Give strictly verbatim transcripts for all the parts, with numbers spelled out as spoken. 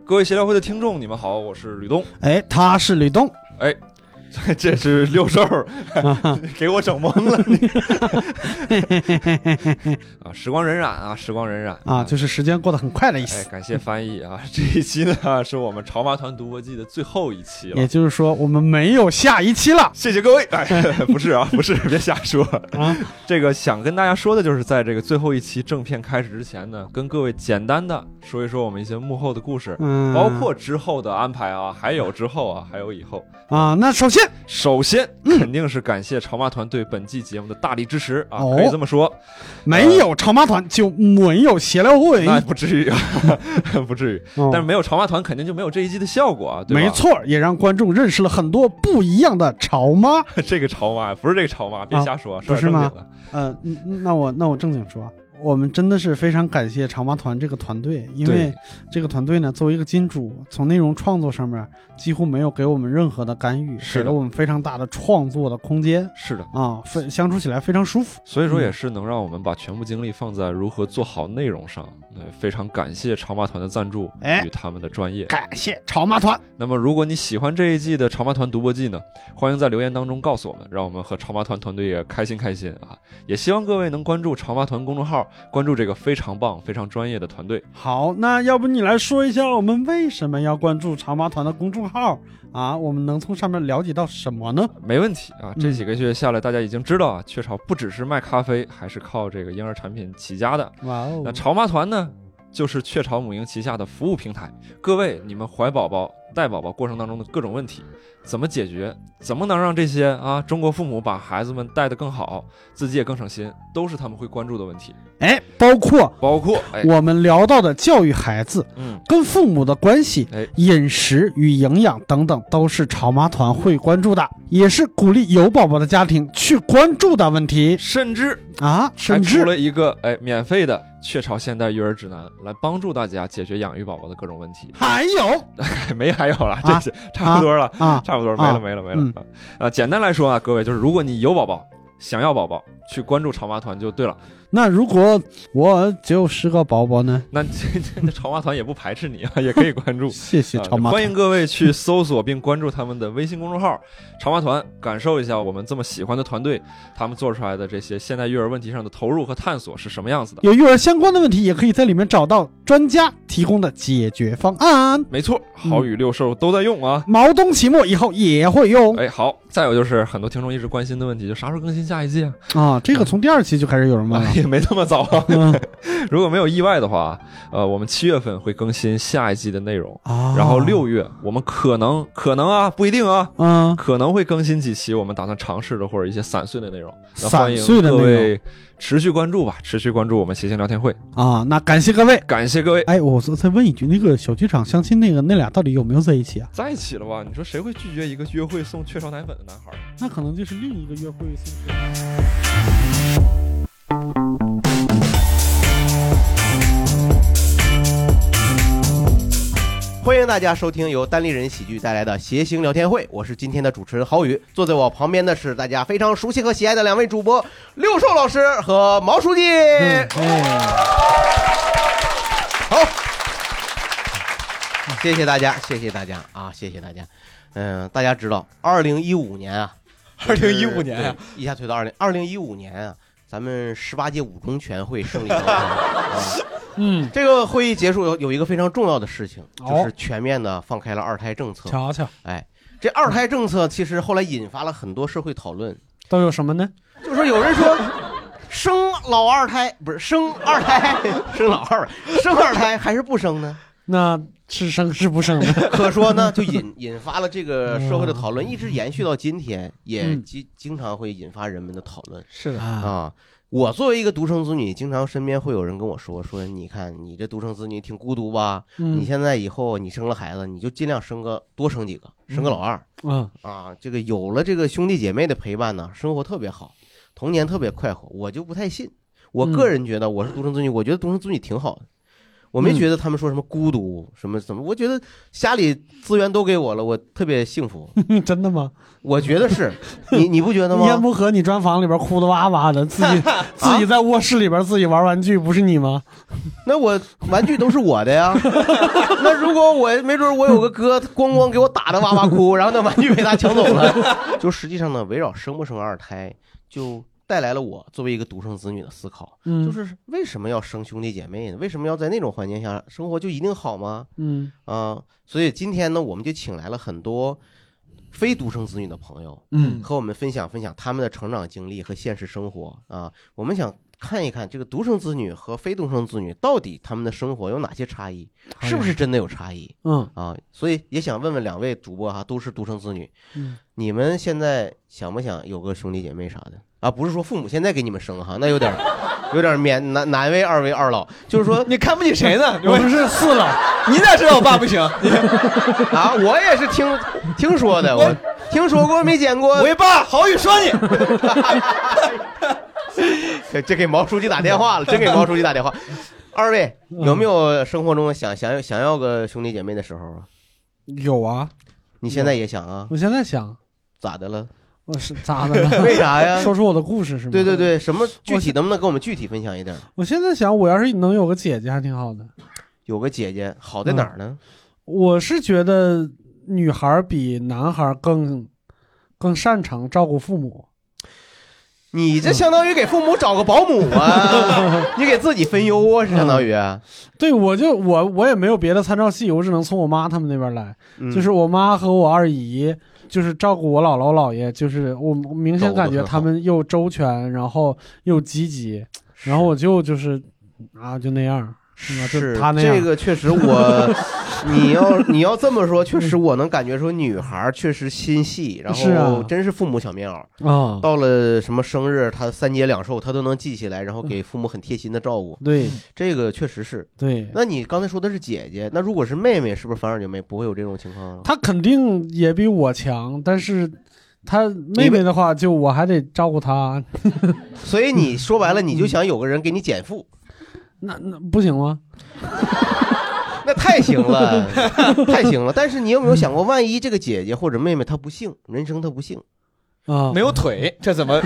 各位协聊会的听众，你们好，我是吕东。 哎，他是吕东。 哎，这是六兽，给我整懵了你啊！时光荏苒啊，时光荏苒啊，就是时间过得很快的意思。 哎，感谢翻译啊！这一期呢是我们潮妈团读播季的最后一期了， 也就是说我们没有下一期了。 谢谢各位。哎，不是啊，不是，别瞎说啊！这个想跟大家说的就是，在这个最后一期正片开始之前呢，跟各位简单的说一说我们一些幕后的故事，嗯，包括之后的安排啊，还有之后啊，还有以后啊。那首先， 首先肯定是感谢潮妈团对本季节目的大力支持啊，可以这么说。 没有潮妈团就没有协聊会， 那不至于，不至于。但是没有潮妈团，肯定就没有这一季的效果啊，对吧？ 没错，也让观众认识了很多不一样的潮妈。 这个潮妈不是这个潮妈，别瞎说， 不是吗？呃，那我那我正经说。我们真的是非常感谢潮妈团这个团队，因为这个团队呢，作为一个金主，从内容创作上面几乎没有给我们任何的干预，给了我们非常大的创作的空间。 是的啊，相处起来非常舒服。 所以说也是能让我们把全部精力放在如何做好内容上。对，非常感谢潮妈团的赞助与他们的专业。 感谢潮妈团。 那么如果你喜欢这一季的潮妈团读播季呢，欢迎在留言当中告诉我们，让我们和潮妈团团队也开心开心啊！也希望各位能关注潮妈团公众号，关注这个非常棒非常专业的团队。 好，那要不你来说一下我们为什么要关注潮妈团的公众号啊？我们能从上面了解到什么呢？ 没问题啊，这几个月下来大家已经知道啊，雀巢不只是卖咖啡，还是靠这个婴儿产品起家的。 哇哦！ 那潮妈团呢，就是雀巢母婴旗下的服务平台。各位，你们怀宝宝带宝宝过程当中的各种问题怎么解决，怎么能让这些啊中国父母把孩子们带得更好，自己也更省心，都是他们会关注的问题。 哎，包括包括、哎、 我们聊到的教育孩子， 嗯， 跟父母的关系、 哎， 饮食与营养等等，都是潮妈团会关注的，也是鼓励有宝宝的家庭去关注的问题。 甚至啊，甚至还出了一个哎免费的雀巢现代育儿指南，来帮助大家解决养育宝宝的各种问题。 还有没还有了，这是、啊、差不多了啊，差不多没了、啊、没了没了、嗯、啊！简单来说啊，各位就是如果你有宝宝，想要宝宝，去关注潮妈团就对了。 那如果我就是个宝宝呢？ 那这这潮妈团也不排斥你啊，也可以关注。 谢谢潮妈团、 啊，欢迎各位去搜索并关注他们的微信公众号“潮妈团”，感受一下我们这么喜欢的团队，他们做出来的这些现代育儿问题上的投入和探索是什么样子的。 有育儿相关的问题，也可以在里面找到专家提供的解决方案。 没错，好与六兽都在用啊， 嗯、毛东期末以后也会用。 哎，好，再有就是很多听众一直关心的问题，就啥时候更新下一季啊？ 啊，这个从第二期就开始有人问了。 也没那么早啊、嗯、如果没有意外的话，呃，我们七月份会更新下一季的内容、哦、然后六月我们可能可能啊不一定啊嗯，可能会更新几期我们打算尝试的或者一些散碎的内容。 散碎的内容， 欢迎各位持续关注吧，持续关注我们谐星聊天会啊！那感谢各位， 感谢各位。 哎，我再问一句，那个小剧场相亲那个那俩到底有没有在一起啊？ 在一起了吧？你说谁会拒绝一个约会送雀巢奶粉的男孩？ 那可能就是另一个约会送。 欢迎大家收听由单立人喜剧带来的谐星聊天会，我是今天的主持人郝宇，坐在我旁边的是大家非常熟悉和喜爱的两位主播六兽老师和毛书记、嗯嗯、好，谢谢大家谢谢大家啊，谢谢大家。嗯，大家知道二零一五年啊二零一五年啊一下推到二零二零一五年啊，咱们十八届五中全会胜利啊嗯，这个会议结束有有一个非常重要的事情，就是全面的放开了二胎政策。 瞧瞧， 哎，这二胎政策其实后来引发了很多社会讨论， 都有什么呢？ 就是说有人说生老二胎不是生二胎，生老二，生二胎还是不生呢？ 那是生是不生呢？ 可说呢，就引引发了这个社会的讨论，一直延续到今天，也经经常会引发人们的讨论。 是的啊。我作为一个独生子女，经常身边会有人跟我说说，你看你这独生子女挺孤独吧？嗯，你现在以后你生了孩子，你就尽量生个多生几个，生个老二。嗯啊，这个有了这个兄弟姐妹的陪伴呢，生活特别好，童年特别快活。我就不太信，我个人觉得我是独生子女，我觉得独生子女挺好的。 我没觉得他们说什么孤独、嗯、什么怎么，我觉得家里资源都给我了，我特别幸福。 真的吗？ 我觉得是，你你不觉得吗？ 烟不和你砖房里边哭的哇哇的，自己自己在卧室里边自己玩玩具，不是你吗？ 那我玩具都是我的呀。那如果我没准我有个哥，咣咣给我打的哇哇哭，然后那玩具被他抢走了，就实际上呢，围绕生不生二胎，就带来了我作为一个独生子女的思考， 嗯， 就是为什么要生兄弟姐妹呢？为什么要在那种环境下生活就一定好吗？ 嗯啊、呃，所以今天呢，我们就请来了很多非独生子女的朋友， 嗯， 和我们分享分享他们的成长经历和现实生活啊。我们想看一看这个独生子女和非独生子女到底他们的生活有哪些差异，是不是真的有差异？ 嗯啊，所以也想问问两位主播哈，都是独生子女， 嗯， 你们现在想不想有个兄弟姐妹啥的啊？不是说父母现在给你们生哈，那有点有点勉难难为二位二老，就是说你看不起谁呢？ 我不是四老， 你咋知道我爸不行？ 啊，我也是听听说的，我听说过没见过。 喂爸，好语说你。 这给毛书记打电话了，真给毛书记打电话。二位有没有生活中想想想要个兄弟姐妹的时候啊？ 有啊， 你现在也想啊？ 我现在想， 咋的了？ 我是咋的了？ 为啥呀？ 说出我的故事是吗？ 对对对，什么具体能不能跟我们具体分享一点？ 我现在想，我要是能有个姐姐还挺好的。 有个姐姐好在哪儿呢？ 嗯、我是觉得女孩比男孩更更擅长照顾父母。 你这相当于给父母找个保姆啊，你给自己分忧啊，是相当于、啊嗯。对，我就我我也没有别的参照系，我只能从我妈他们那边来， 嗯、 就是我妈和我二姨，就是照顾我姥姥姥爷，就是我明显感觉他们又周全，然后又积极，然后我就就是啊就那样。 是他那样这个确实我，你要你要这么说，确实我能感觉说女孩确实心细，然后真是父母小棉袄啊。 到了什么生日，她三节两寿，她都能记起来，然后给父母很贴心的照顾。 对， 这个确实是。 对， 那你刚才说的是姐姐，那如果是妹妹，是不是反而就没不会有这种情况？ 她肯定也比我强，但是她妹妹的话，就我还得照顾她。 所以你说白了，你就想有个人给你减负。 那那不行吗？ 那太行了，太行了。但是你有没有想过，万一这个姐姐或者妹妹她不幸，人生她不幸啊， 没有腿，这怎么？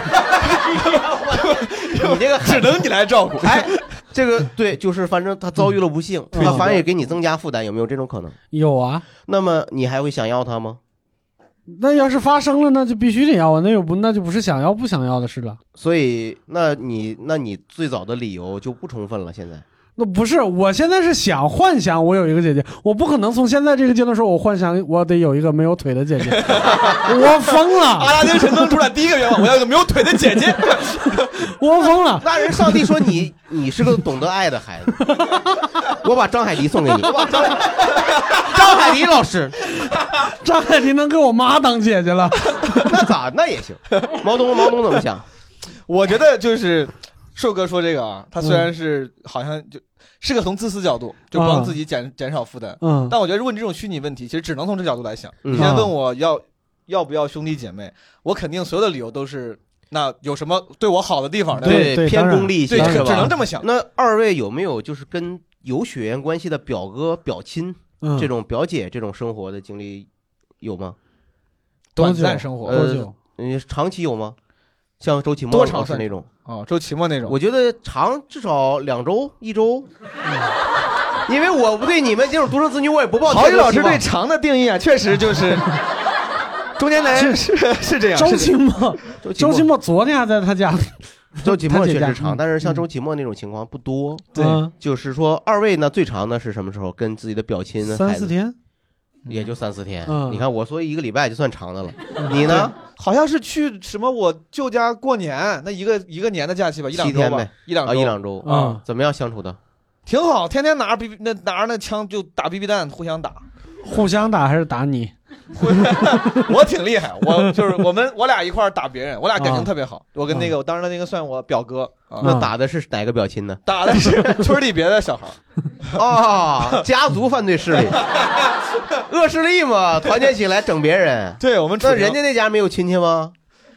你这个只能你来照顾。 哎，这个对，就是反正她遭遇了不幸，她、嗯、反而也给你增加负担，有没有这种可能？ 有啊。 那么你还会想要她吗？ 那要是发生了，那就必须得要啊，那又不那就不是想要不想要的事了。 所以，那你那你最早的理由就不充分了。现在那不是，我现在是想幻想我有一个姐姐，我不可能从现在这个阶段说，我幻想我得有一个没有腿的姐姐，我疯了。 阿拉丁神灯出来第一个愿望，我要一个没有腿的姐姐， 我疯了。 那人上帝说你你是个懂得爱的孩子，我把张海迪送给你。张海迪老师， 张海迪能给我妈当姐姐了， 那咋那也行。毛东毛东怎么想？ 我觉得就是寿哥说这个啊，他虽然是好像就是个从自私角度，就帮自己减、嗯、减少负担， 嗯， 但我觉得如果你这种虚拟问题，其实只能从这角度来想。嗯、你现在问我要要不要兄弟姐妹，我肯定所有的理由都是那有什么对我好的地方， 对， 对偏功利性， 对，只能这么想。 那二位有没有就是跟有血缘关系的表哥表亲？嗯、这种表姐这种生活的经历有吗？ 短暂生活多久？ 嗯、呃，长期有吗？像周奇墨老师那种哦，周奇墨那种， 我觉得长至少两周一周。嗯、因为我不对你们这种独生子女，我也不抱。 郝宇老师对长的定义啊，确实就是中年男人是是这样。 周奇墨，周奇墨昨天还在他家。 周奇墨确实长，但是像周奇墨那种情况不多。 对、 嗯，就是说二位呢最长的是什么时候？跟自己的表亲呢？ 三四天， 也就三四天。 嗯， 你看我说一个礼拜就算长的了，嗯、你呢？ 好像是去什么我舅家过年，那一个一个年的假期吧，一两周吧， 七天呗， 一两周， 啊、一两周啊、嗯，怎么样相处的？ 挺好，天天拿着 B B 那拿着那枪就打 B B 弹，互相打， 互相打还是打你？ 我挺厉害，我就是我们我俩一块打别人，我俩感情特别好。啊、我跟那个、嗯、我当时的那个算我表哥，啊、 那打的是哪个表亲呢？ 打的是村里别的小孩。 哦，家族犯罪势力，恶势力嘛，团结起来整别人。 对我们， 那人家那家没有亲戚吗？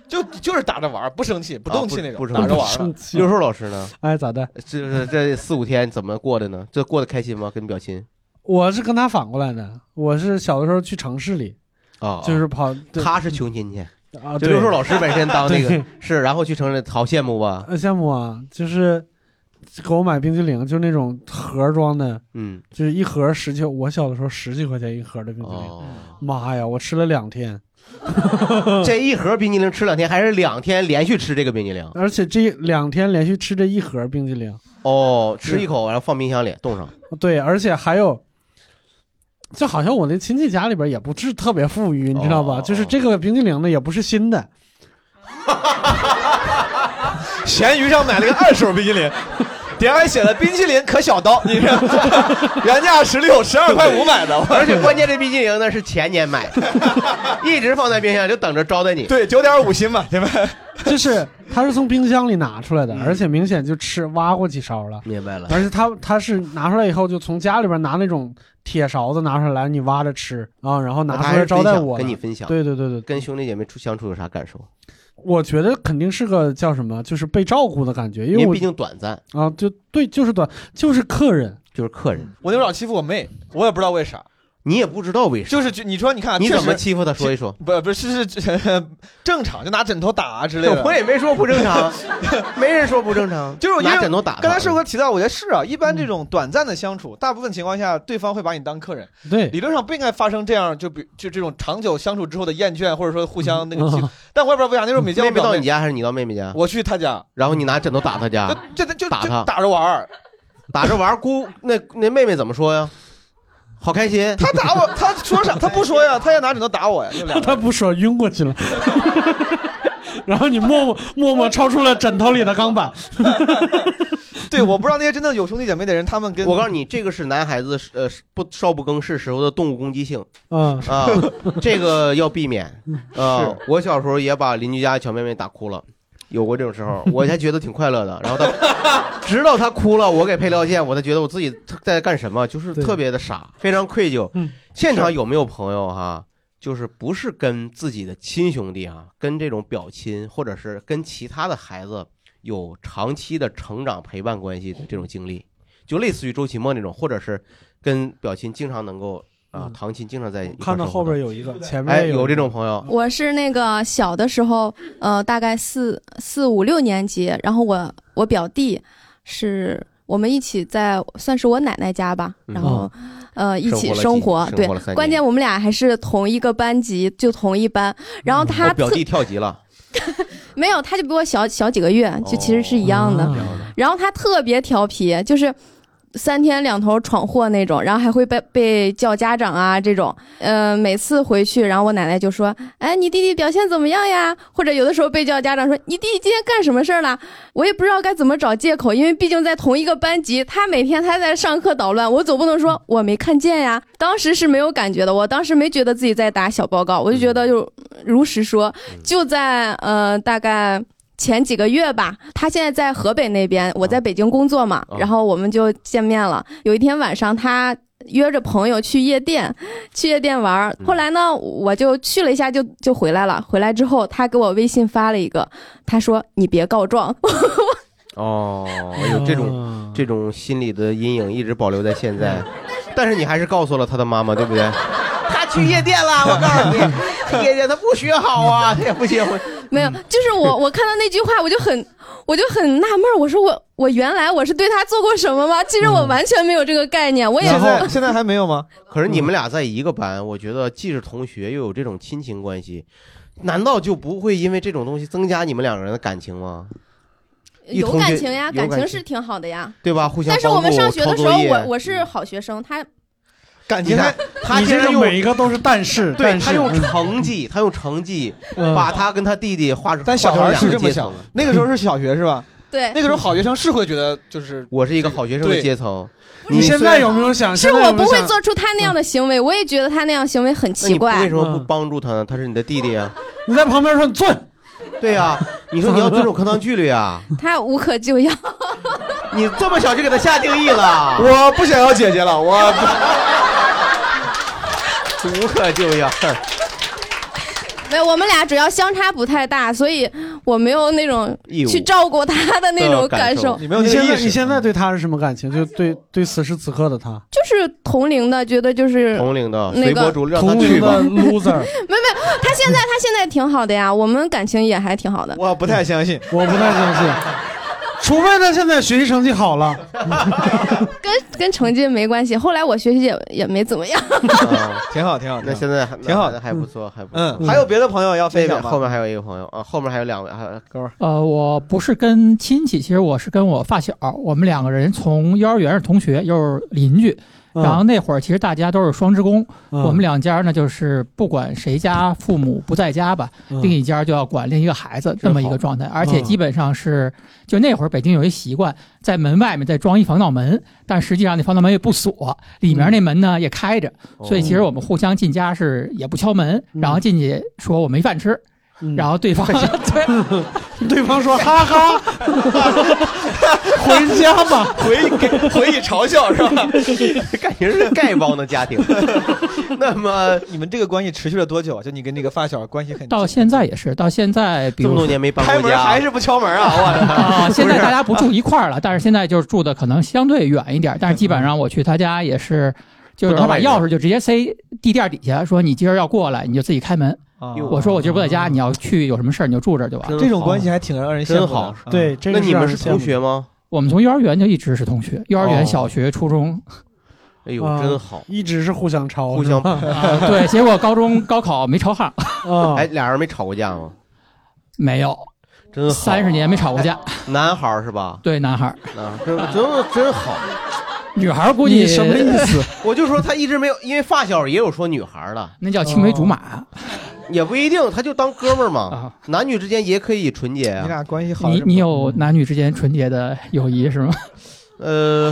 就就是打着玩，不生气，不动气那种， 啊、不不打着玩了。 六兽老师呢？ 哎，咋的？ 这这四五天怎么过的呢？这过得开心吗？跟表亲？ 我是跟他反过来的，我是小的时候去城市里， 啊， 就是跑， 他是穷亲戚啊。 就六兽老师本身当那个是，然后去城市，好羡慕吧？ 呃，羡慕啊，就是给我买冰激凌，就那种盒装的， 嗯， 就是一盒十几，我小的时候十几块钱一盒的冰激凌， 哦、 妈呀，我吃了两天。 这一盒冰激凌吃两天，还是两天连续吃这个冰激凌？ 而且这两天连续吃这一盒冰激凌。 哦，吃一口然后放冰箱里冻上。 对，而且还有。就好像我那亲戚家里边也不是特别富裕，你知道吧？ 哦、 就是这个冰激凌呢，也不是新的。 闲鱼上买了个二手冰激凌，顶上还写了冰淇淋可小刀，你看原价十六，十二块五买的， 而且关键这冰淇淋呢是前年买的，一直放在冰箱就等着招待你。 对，九点五斤嘛，对吧？ 就是它是从冰箱里拿出来的，而且明显就吃挖过几勺了。 明白了。 而且它它是拿出来以后，就从家里边拿那种铁勺子拿出来，你挖着吃啊，然后拿出来招待我， 跟你分享。 对对对对， 跟兄弟姐妹处相处有啥感受？ 我觉得肯定是个叫什么，就是被照顾的感觉，因为毕竟短暂啊，就对，就是短，就是客人， 就是客人。 我那会儿老欺负我妹，我也不知道为啥。 你也不知道为啥， 就是你说，你看你怎么欺负他？说一说。 不不是是正常，就拿枕头打啊之类的。 我也没说不正常，没人说不正常。 就是拿枕头打。 刚才寿哥提到，我觉得是啊，一般这种短暂的相处，大部分情况下，对方会把你当客人。 对， 理论上不应该发生这样，就比就这种长久相处之后的厌倦，或者说互相那个。嗯、但我也不知道为啥那时候没见过妹妹到你家还是你到妹妹家？ 我去她家， 然后你拿枕头打她家， 就就就打她， 打着玩， 打着玩。姑那那妹妹怎么说呀？好开心， 他打我，他说啥？他不说呀，他也拿枕头打我呀。 他不说，晕过去了。然后你默默默默超出了枕头里的钢板。 对，我不知道那些真的有兄弟姐妹的人，他们跟我告诉你，这个是男孩子呃不少不更事时候的动物攻击性。 嗯啊，这个要避免。啊，我小时候也把邻居家小妹妹打哭了。有过这种时候，我还觉得挺快乐的。然后他直到他哭了，我给配料线，我才觉得我自己在干什么，就是特别的傻，非常愧疚。 嗯， 现场有没有朋友哈，就是不是跟自己的亲兄弟啊，跟这种表亲，或者是跟其他的孩子有长期的成长陪伴关系的这种经历，就类似于周奇墨那种，或者是跟表亲经常能够。啊，堂亲经常在看到后边有一个，前面哎有这种朋友。 我是那个小的时候，呃，大概四四五六年级，然后我我表弟是我们一起在算是我奶奶家吧，然后、嗯、呃一起生活，对，关键我们俩还是同一个班级，就同一班，然后他、 嗯、表弟跳级了。 没有，他就比我小小几个月，就其实是一样的。 哦、 然后他特别调皮，就是三天两头闯祸那种，然后还会被被叫家长啊这种。呃，每次回去，然后我奶奶就说：“哎，你弟弟表现怎么样呀？”或者有的时候被叫家长说：“你弟弟今天干什么事儿了？”我也不知道该怎么找借口，因为毕竟在同一个班级，他每天他在上课捣乱，我总不能说我没看见呀。当时是没有感觉的，我当时没觉得自己在打小报告，我就觉得就如实说，就在呃大概。前几个月吧，他现在在河北那边，我在北京工作嘛，然后我们就见面了。有一天晚上，他约着朋友去夜店，去夜店玩。后来呢，我就去了一下就，就就回来了。回来之后，他给我微信发了一个，他说：“你别告状。” 哦，有这种这种心理的阴影一直保留在现在，但是你还是告诉了他的妈妈，对不对？他去夜店了，我告诉你，夜店他不学好啊，他也不结婚。 没有，就是我我看到那句话，我就很我就很纳闷，我说我我原来我是对他做过什么吗？其实我完全没有这个概念，我也现在现在还没有吗？ 可是你们俩在一个班，我觉得既是同学又有这种亲情关系，难道就不会因为这种东西增加你们两个人的感情吗？ 有感情呀，感情是挺好的呀， 对吧？互相帮助。 但是我们上学的时候，我我是好学生，他。 感情他他现在每一个都是但是， 对他用成绩，他用成绩把他跟他弟弟画出。 但小孩是这么想的，那个时候是小学是吧？ 对， 那个时候好学生是会觉得就是我是一个好学生的阶层。 你现在有没有想？ 是我不会做出他那样的行为，我也觉得他那样行为很奇怪。 你为什么不帮助他呢？他是你的弟弟啊！ 你在旁边说你坐。 对呀、啊，你说你要遵守课堂纪律啊。 他无可救药。 你这么小就给他下定义了？ 我不想要姐姐了，我不。 无可救药。 没有，我们俩主要相差不太大，所以我没有那种去照顾他的那种感受。 你没有那个意识。你现在你现在嗯对他是什么感情？就对对此时此刻的他， 就是同龄的，觉得就是同龄的那个随波逐流，让他去吧。 同龄的 loser， 没有没有，他现在他现在挺好的呀，我们感情也还挺好的。 我不太相信， 我不太相信。除非他现在学习成绩好了， 跟跟成绩没关系。后来我学习也也没怎么样， 啊挺好挺好。 那现在挺好的，还不错，还不错。 嗯，还有别的朋友要分享吗？ 后面还有一个朋友啊，后面还有两位，还有哥们儿。 呃，我不是跟亲戚，其实我是跟我发小，我们两个人从幼儿园是同学，又是邻居。然后那会儿其实大家都是双职工，嗯、我们两家呢就是不管谁家父母不在家吧，嗯、另一家就要管另一个孩子这么一个状态，而且基本上是就那会儿北京有一习惯，在门外面再装一防盗门，但实际上那防盗门也不锁，里面那门呢也开着，嗯、所以其实我们互相进家是也不敲门，嗯、然后进去说我没饭吃。嗯、然后对方对对方说哈哈回家吧， 回以回以嘲笑是吧？ 感觉是丐帮的家庭。那么你们这个关系持续了多久？就你跟那个发小关系很近到现在也是，到现在比如这么多年没搬过家， 开门还是不敲门啊？我啊，现在大家不住一块儿了，但是现在就是住的可能相对远一点，但是基本上我去他家也是，就是他把钥匙就直接塞地垫底下，说你今儿要过来你就自己开门。我说我今儿不在家，你要去有什么事儿你就住这儿就完了。 这种关系还挺让人羡慕的。 真好。 对， 那你们是同学吗？ 我们从幼儿园就一直是同学，幼儿园、小学、初中。 哎呦，真好， 一直是互相抄， 互相啊。对，结果高中高考没抄上。 哎，俩人没吵过架吗？ 没有， 真好， 三十年没吵过架。 男孩是吧？ 对，男孩。 啊，真真真好。 女孩估计什么意思？ 我就说他一直没有，因为发小也有说女孩的， 那叫青梅竹马， 也不一定，他就当哥们儿嘛。男女之间也可以纯洁啊。 你俩关系好， 你你有男女之间纯洁的友谊是吗？ 呃，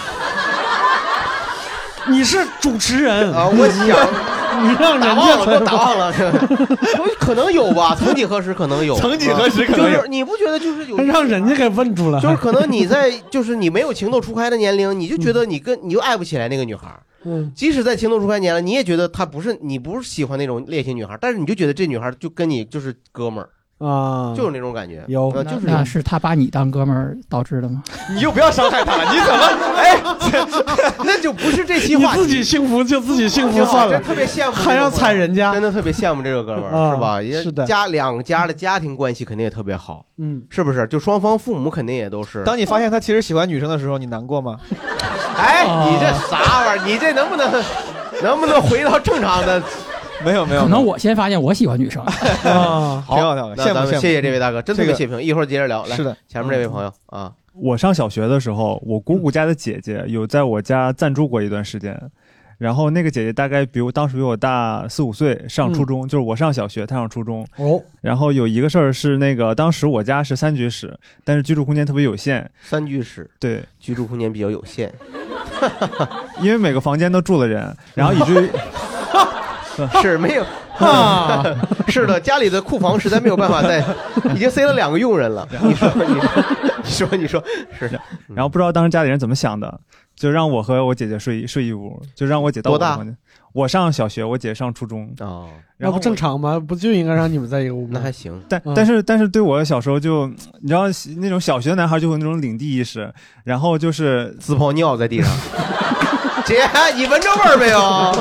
你是主持人啊，我想。 你让人家我打忘了，可能有吧，曾几何时可能有， 曾几何时可能有。 就是你不觉得就是有让人家给问住了， 就是可能你在就是你没有情窦初开的年龄，你就觉得你跟你就爱不起来那个女孩。嗯，即使在情窦初开年了，你也觉得她不是你不是喜欢那种烈性女孩，但是你就觉得这女孩就跟你就是哥们儿。 啊， 就是那种感觉， 有， 呃、就是那是他把你当哥们儿导致的吗？ 你就不要伤害他了，你怎么？ 哎，那就不是这期话题， 你自己幸福就自己幸福算了， 真特别羡慕， 还要踩人家， 真的特别羡慕这个哥们儿， 啊、 是吧？ 是的， 家两家的家庭关系肯定也特别好， 嗯， 是不是？就双方父母肯定也都是。 当你发现他其实喜欢女生的时候，你难过吗？ 哎，你这啥玩意儿？你这能不能能不能回到正常的？ 没有没有， 可能我先发现我喜欢女生啊， 挺好挺好， 羡慕谢谢这位大哥，真特别谢评。一会儿接着聊，来， 是的， 前面这位朋友啊， 我上小学的时候，我姑姑家的姐姐有在我家暂住过一段时间，然后那个姐姐大概比我当时比我大四五岁，上初中，就是我上小学，她上初中。 哦， 然后有一个事儿是那个，当时我家是三居室，但是居住空间特别有限。 三居室， 对， 居住空间比较有限， 因为每个房间都住了人，然后以至于。 是没有啊，是的，家里的库房实在没有办法再，已经塞了两个佣人了。你说，你说，你说，你说是。 然后不知道当时家里人怎么想的，就让我和我姐姐睡睡一屋，就让我姐到我的房间。我上小学，我姐上初中哦， 那不正常吗？不就应该让你们在一个屋吗？ 那还行。 但但是但是对我小时候就，你知道那种小学的男孩就有那种领地意识，然后就是自泡尿在地上。姐，你闻着味儿没有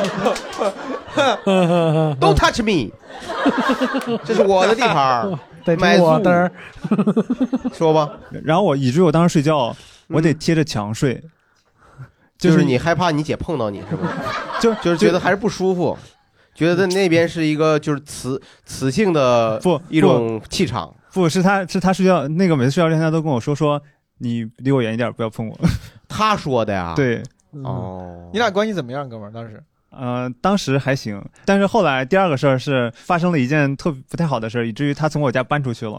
？Don't touch me， 这是我的地盘， 买我的。 说吧。 然后我以至于我当时睡觉，我得贴着墙睡， 嗯、就是你害怕你姐碰到你，是不是？ 就就是觉得还是不舒服，觉得那边是一个就是雌雌性的不一种气场。 不是他是他睡觉那个每次睡觉之前他都跟我说说你离我远一点，不要碰我。 他说的呀？ 对。 哦， 你俩关系怎么样，哥们儿？当时， 呃，当时还行，但是后来第二个事儿是发生了一件特不太好的事儿，以至于他从我家搬出去了，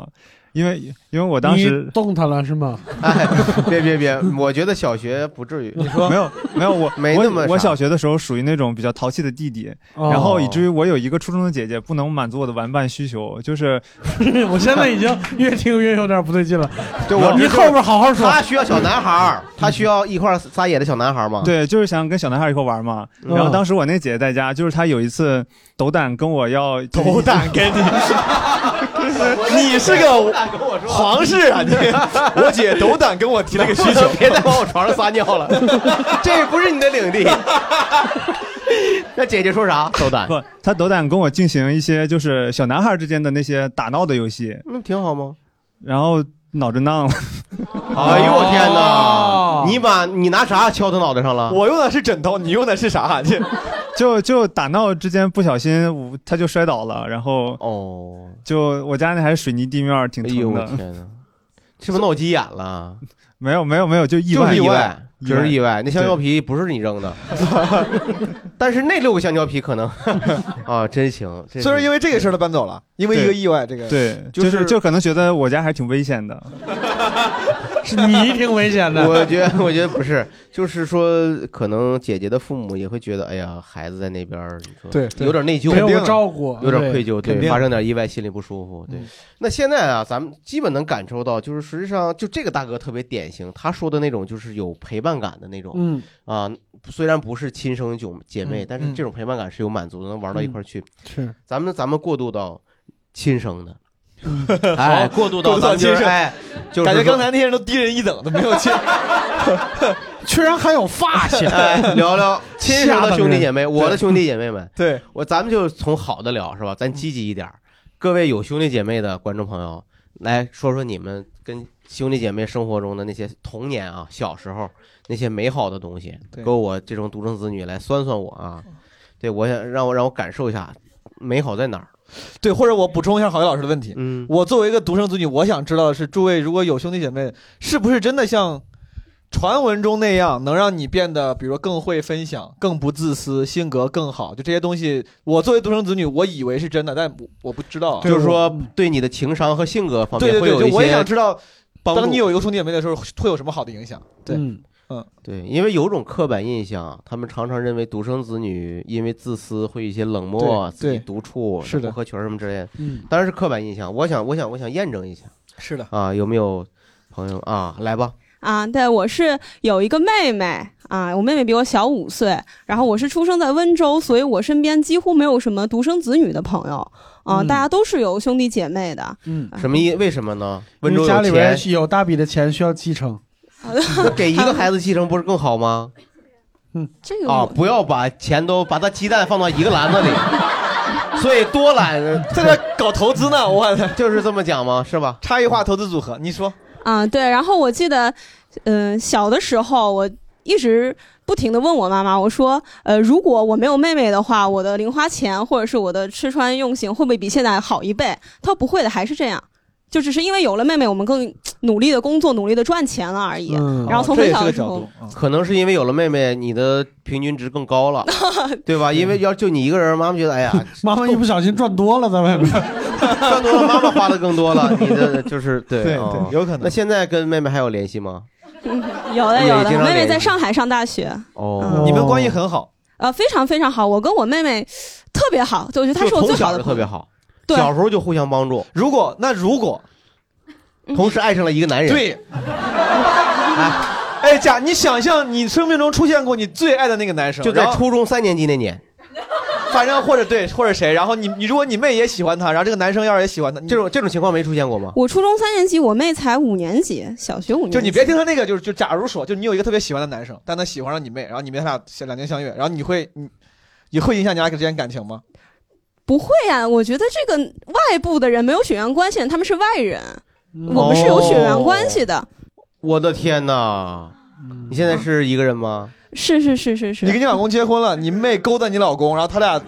因为因为我当时你动他了是吗？ 哎，别别别，我觉得小学不至于。 你说没有没有我没那么我我小学的时候属于那种比较淘气的弟弟，哦、然后以至于我有一个初中的姐姐不能满足我的玩伴需求，就是我现在已经越听越有点不对劲了。 对我你后边好好说。 他需要小男孩，他需要一块撒野的小男孩嘛？ 对，就是想跟小男孩一块玩嘛。嗯、然后当时我那姐姐在家，就是她有一次斗胆跟我要斗胆跟你。你是个皇室啊！你我姐斗胆跟我提了个需求， 别再往我床上撒尿了，这不是你的领地。那姐姐说啥？斗胆不，她斗胆跟我进行一些就是小男孩之间的那些打闹的游戏， 那挺好吗？ 然后脑震荡了。 哎呦我天哪！你把你拿啥敲他脑袋上了？ 我用的是枕头，你用的是啥？这就就打闹之间不小心他就摔倒了，然后哦， 就我家那还是水泥地面，挺疼的。 哎呦天哪！是不是闹急眼了？ 没有没有没有，就意外就是意外，就是意外。那香蕉皮不是你扔的，但是那六个香蕉皮可能啊，真行。 所以因为这个事儿他搬走了，因为一个意外，这个对，就是就可能觉得我家还挺危险的。 是你挺危险的。 我觉得我觉得不是，就是说可能姐姐的父母也会觉得，哎呀，孩子在那边，你说对， 有点内疚， 没有照顾， 有点愧疚，对，发生点意外心里不舒服。对，那现在啊，咱们基本能感受到，就是实际上就这个大哥特别典型，他说的那种就是有陪伴感的那种， 嗯啊，虽然不是亲生姐姐妹，但是这种陪伴感是有满足的，能玩到一块去。 是， 咱们咱们过渡到亲生的。嗯，哎，过渡到咱亲生， 哎，就是感觉刚才那些人都低人一等，都没有亲， 居然还有发小。 哎，聊聊亲生的兄弟姐妹，我的兄弟姐妹们， 对我咱们就从好的聊是吧？咱积极一点。各位有兄弟姐妹的观众朋友，来说说你们跟兄弟姐妹生活中的那些童年啊，小时候那些美好的东西，够我这种独生子女来酸酸我啊。对，我想让我让我感受一下美好在哪儿。 对，或者我补充一下郝宇老师的问题。 嗯， 我作为一个独生子女，我想知道的是，诸位如果有兄弟姐妹，是不是真的像传闻中那样，能让你变得，比如说更会分享、更不自私、性格更好？就这些东西，我作为独生子女，我以为是真的，但我不知道。 就是说，对你的情商和性格方面会有一些， 我也想知道，当你有一个兄弟姐妹的时候，会有什么好的影响？对。 嗯嗯，对，因为有种刻板印象，他们常常认为独生子女因为自私会有一些冷漠、自己独处、 是的不合群什么之类的。 嗯， 当然是刻板印象。我想，我想，我想验证一下。 是的啊，有没有朋友啊？来吧。 啊，对，我是有一个妹妹啊，我妹妹比我小五岁，然后我是出生在温州，所以我身边几乎没有什么独生子女的朋友啊，嗯、大家都是有兄弟姐妹的。 嗯， 什么意？为什么呢？温州有家里边有大笔的钱需要继承。 给一个孩子继承不是更好吗？ 嗯， 这个啊，不要把钱都把他鸡蛋放到一个篮子里，所以多揽在这搞投资呢，我就是这么讲吗？是吧？ 差异化投资组合，你说啊？对，然后我记得，嗯、呃，小的时候我一直不停的问我妈妈，我说，呃，如果我没有妹妹的话，我的零花钱或者是我的吃穿用行会不会比现在好一倍？她说不会的，还是这样。就只是因为有了妹妹，我们更努力的工作，努力的赚钱了而已。嗯、然后从很小的时候、 哦，可能是因为有了妹妹，你的平均值更高了，对吧？因为要就你一个人，妈妈觉得，哎呀， 妈妈一不小心赚多了，在外面赚多了，妈妈花的更多了，你的就是对对、 哦、 对，有可能。 那现在跟妹妹还有联系吗？ 嗯、有的有的，妹妹在上海上大学。 哦、 嗯， 你们关系很好？ 呃，非常非常好，我跟我妹妹特别好，我觉得她是我最好的朋友。 从小就特别好，小时候就互相帮助。 如果那如果。 同时爱上了一个男人。 对，哎，哎，假你想象你生命中出现过你最爱的那个男生， 就在初中三年级那年， 反正或者对或者谁，然后你你如果你妹也喜欢他，然后这个男生要是也喜欢他， 这种这种情况没出现过吗？ 我初中三年级，我妹才五年级，小学五年级。 就你别听他那个，就是就假如说，就你有一个特别喜欢的男生，但他喜欢上你妹，然后你们俩两情相悦，然后你会你你会影响你俩之间感情吗？ 不会啊，我觉得这个外部的人没有血缘关系，他们是外人。我们是有血缘关系的。 哦、我的天哪！你现在是一个人吗？ 是是是是是。 你跟你老公结婚了，你妹勾搭你老公，然后他俩……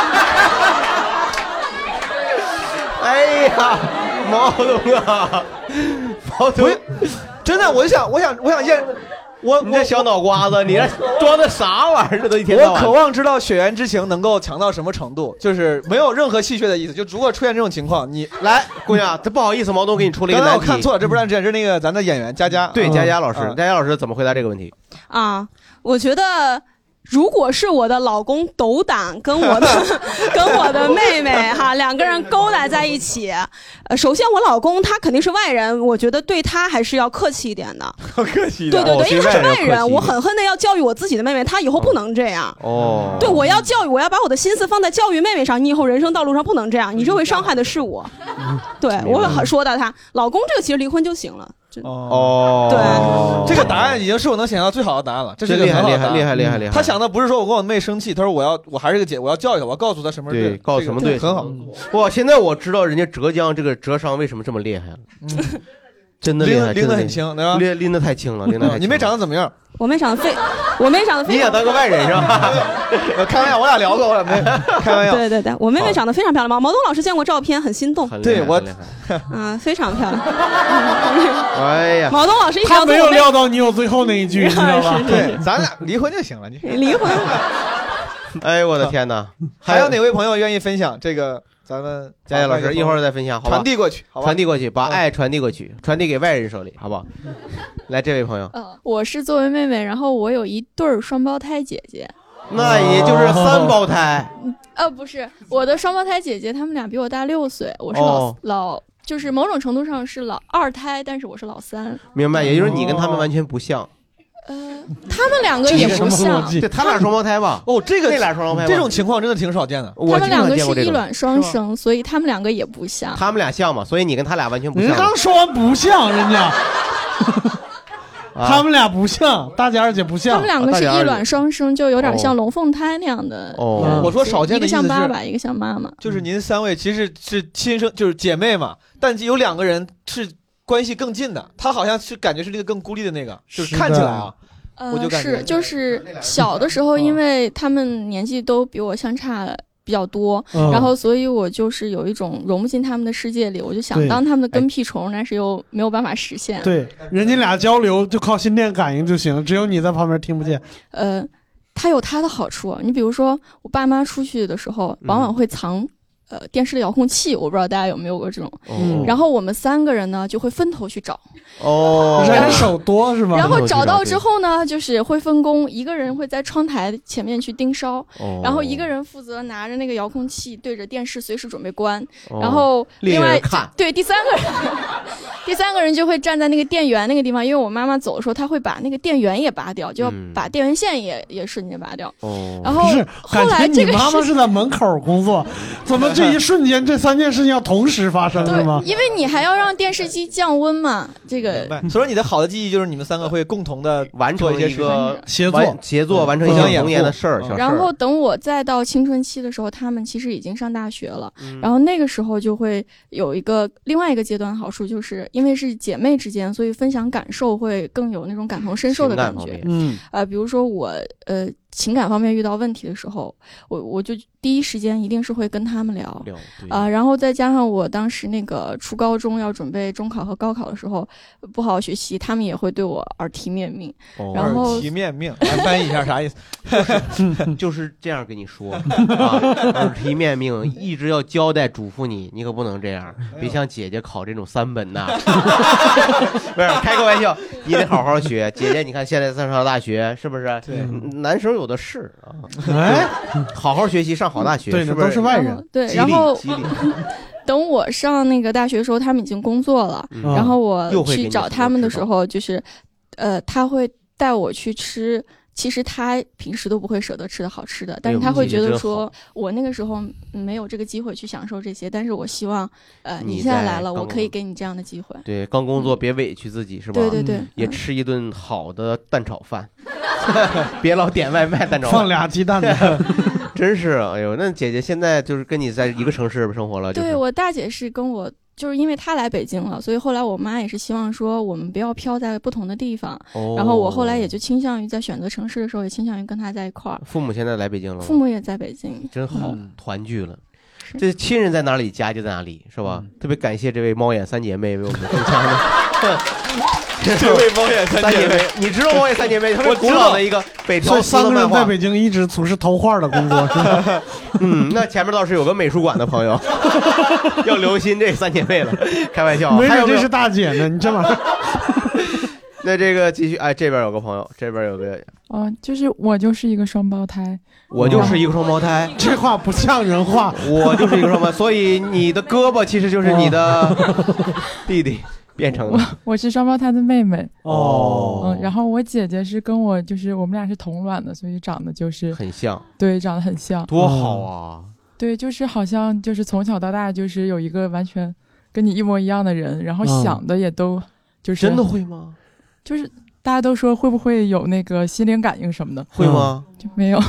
哎呀，毛东啊，毛东！ 真的，我就想，我想，我想验， 我你这小脑瓜子，你这装的啥玩意儿？这都一天到晚。 我渴望知道血缘之情能够强到什么程度，就是没有任何戏谑的意思。就如果出现这种情况，你来，姑娘，这不好意思，毛东给你出了一个难题。 我看错了，这不是这是那个咱的演员佳佳， 对，佳佳老师，佳佳老师怎么回答这个问题？ 啊，我觉得。如果是我的老公斗胆跟我的跟我的妹妹哈两个人勾搭在一起，呃，首先我老公他肯定是外人，我觉得对他还是要客气一点的， 客气一点。 对对对，因为他是外人，我狠狠的要教育我自己的妹妹，她以后不能这样。 哦， 对，我要教育，我要把我的心思放在教育妹妹上，你以后人生道路上不能这样，你这会伤害的是我。对，我说到她老公这个，其实离婚就行了。 哦， 对，这个答案已经是我能想到最好的答案了。这是厉害厉害厉害厉害厉害。 他想的不是说我跟我妹生气，他说我要我还是个姐，我要教育她，我要告诉她什么是对，告诉什么对， 很好。 哇，现在我知道人家浙江这个浙商为什么这么厉害了，真的厉害， 拎得很轻，对吧？ 拎拎得太轻了，拎得太轻。 你妹长得怎么样？ 我妹长得非，我妹长得非常。 你想当个外人是吧？ 开玩笑，我俩聊过，我俩没开玩笑。 对对对，我妹妹长得非常漂亮。毛毛东老师见过照片，很心动。 对我， 嗯，非常漂亮。 哎呀， 毛东老师一他没有料到你有最后那一句，你知道吧？ 对，咱俩离婚就行了，你离婚。 哎，我的天哪！ 还有哪位朋友愿意分享这个？咱们佳佳老师一会儿再分享，好吧？ 传递过去，好吧？ 传递过去，把爱传递过去，传递给外人手里，好不好？来，这位朋友， 呃，我是作为妹妹，然后我有一对儿双胞胎姐姐， 那也就是三胞胎。 呃，不是，我的双胞胎姐姐，她们俩比我大六岁，我是老、哦、老，就是某种程度上是老二胎，但是我是老三。 明白，也就是你跟他们完全不像。 呃，他们两个也不像， 对，他俩双胞胎吧？ 哦，这个这俩双胞胎， 这种情况真的挺少见的。 他们两个是一卵双生，所以他们两个也不像。 他们俩像嘛？所以你跟他俩完全不像。 人刚说完不像，人家。他们俩不像，大姐二姐不像。 他们两个是一卵双生，就有点像龙凤胎那样的。 哦， 我说少见的意思是， 一个像爸爸，一个像妈妈。 就是您三位其实是亲生，就是姐妹嘛，但有两个人是关系更近的。他好像是感觉是那个更孤立的那个，就是看起来啊。 呃， 我就感觉是就是小的时候，因为他们年纪都比我相差比较多， 嗯、 然后所以我就是有一种融不进他们的世界里，我就想当他们的跟屁虫，但是又没有办法实现。 对，人家俩交流就靠心电感应就行，只有你在旁边听不见。 呃，它有它的好处，你比如说我爸妈出去的时候，往往会藏。嗯呃，电视的遥控器，我不知道大家有没有过这种。 哦、 然后我们三个人呢，就会分头去找。 哦， 人手多是吗？ 然后找到之后呢，就是会分工，一个人会在窗台前面去盯梢， 哦、 然后一个人负责拿着那个遥控器对着电视随时准备关，哦、然后另外对第三个人，第三个人就会站在那个电源那个地方，因为我妈妈走的时候，她会把那个电源也拔掉，就要把电源线也、嗯、也瞬间拔掉。 哦， 然后后来这个你妈妈是在门口工作，怎么这一瞬间这三件事情要同时发生是吗？ 因为你还要让电视机降温嘛，这个。 所以你的好的记忆就是你们三个会共同的完成一个协作， 协作完成一项童年的事儿。 然后等我再到青春期的时候，他们其实已经上大学了。嗯、然后那个时候就会有一个另外一个阶段好处，就是因为是姐妹之间，所以分享感受会更有那种感同身受的感觉。 嗯， 呃，比如说我呃。情感方面遇到问题的时候，我我就第一时间一定是会跟他们聊啊、呃，然后再加上我当时那个初高中要准备中考和高考的时候不好好学习，他们也会对我耳提面命。 哦、 然后耳提面命，来翻译一下啥意思？ 就是就是这样跟你说啊，耳提面命，一直要交代嘱咐你，你可不能这样，别像姐姐考这种三本呐。不是开个玩笑，你得好好学。姐姐，你看现在在上大学，是不是？ 对， 男生有的是啊。 哎， 好好学习，上好大学， 对， 是不是都是外人。 对，然后等我上那个大学的时候，他们已经工作了， 嗯、 然后我去找他们的时候，就是呃，他会带我去吃。其实他平时都不会舍得吃的好吃的，但是他会觉得说，我那个时候没有这个机会去享受这些，但是我希望，呃，你现在来了，我可以给你这样的机会。 对，刚工作别委屈自己，是吧？ 对对对， 也吃一顿好的蛋炒饭，别老点外卖蛋炒饭， 放俩鸡蛋的， 真是，哎呦，那姐姐现在就是跟你在一个城市生活了，就是、 对我大姐是跟我。就是因为他来北京了，所以后来我妈也是希望说我们不要飘在不同的地方。 哦、 然后我后来也就倾向于在选择城市的时候，也倾向于跟他在一块儿。 父母现在来北京了吗？ 父母也在北京， 真好，嗯、团聚了。这亲人在哪里，家就在哪里，是吧？嗯、特别感谢这位猫眼三姐妹为我们分享的这位猫眼三姐妹，你知道猫眼三姐妹？她是古老的一个北条司三个人的漫画在北京一直从事偷画的工作，是吧？ 嗯，那前面倒是有个美术馆的朋友要留心这三姐妹了，开玩笑。 没还有没有准这是大姐呢，你这玩意儿。 那这个继续，哎，这边有个朋友，这边有个， 哦、呃，就是我就是一个双胞胎， 我就是一个双胞胎， 这话不像人话， 我就是一个双胞胎，所以你的胳膊其实就是你的弟弟变成的。 我, 我是双胞胎的妹妹哦， 嗯，然后我姐姐是跟我就是我们俩是同卵的，所以长得就是很像， 对，长得很像， 多好啊！ 对，就是好像就是从小到大就是有一个完全跟你一模一样的人，然后想的也都就是、 真的会吗？ 就是大家都说会不会有那个心灵感应什么的， 会吗？ 就没有。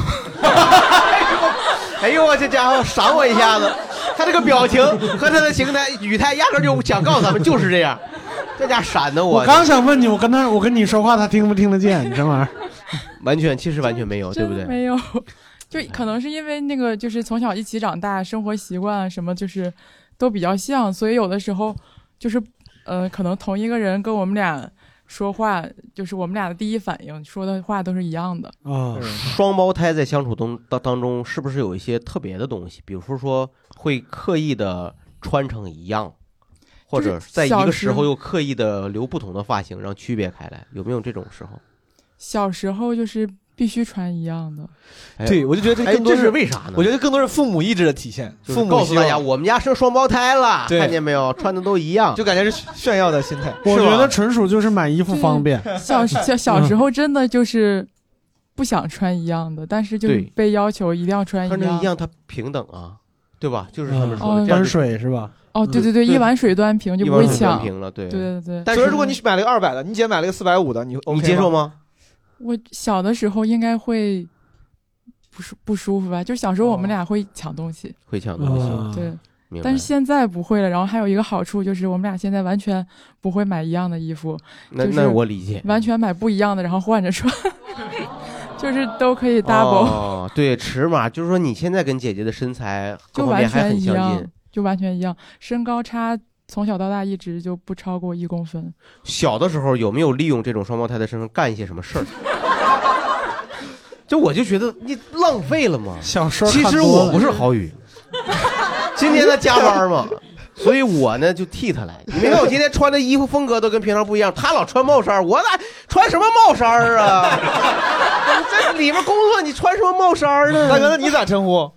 哎呦我这家伙赏我一下子，他这个表情和他的形态语态压根就想告诉咱们就是这样。这家闪的我， 我刚想问你，我跟他我跟你说话，他听不听得见？你这玩意儿完全其实完全没有，对不对？ 没有，就可能是因为那个就是从小一起长大，生活习惯什么就是都比较像，所以有的时候就是呃，可能同一个人跟我们俩说话，就是我们俩的第一反应说的话都是一样的啊。双胞胎在相处中当当中，是不是有一些特别的东西？比如说说会刻意的穿成一样，或者在一个时候又刻意的留不同的发型，让区别开来，有没有这种时候？ 小时候就是必须穿一样的。 哎、 对，我就觉得这更多是,、哎、是为啥呢？ 我觉得更多是父母意志的体现。 就是、 父母告诉大家，我们家生双胞胎了，看见没有？穿的都一样， 就感觉是炫耀的心态。 我觉得纯属就是买衣服方便。 小小小时候真的就是不想穿一样的，但是就是被要求一定要穿一样。 穿成一样，它平等啊，对吧？就是他们说的端水是吧？ 哦，对对对，一碗水端平就不会抢。 平了，对对对对。 但是如果你买了个二百的，你姐买了个四百五的，你 OK 你接受吗？ 我小的时候应该会不舒不舒服吧，就小时候我们俩会抢东西， 会抢东西， 哦、对。但是现在不会了，然后还有一个好处就是我们俩现在完全不会买一样的衣服， 那那我理解， 完全买不一样的，然后换着穿，就是都可以 double。 哦，对，尺码就是说你现在跟姐姐的身材就完全一样， 近就完全一样，身高差。从小到大一直就不超过一公分。 小的时候有没有利用这种双胞胎的身份干一些什么事儿？就我就觉得你浪费了嘛。 小时候其实我不是郝宇，今天他加班嘛，所以我呢就替他来。你没看我今天穿的衣服风格都跟平常不一样，他老穿帽衫，我哪穿什么帽衫啊？在里面工作你穿什么帽衫呢？ 大哥，那你咋称呼？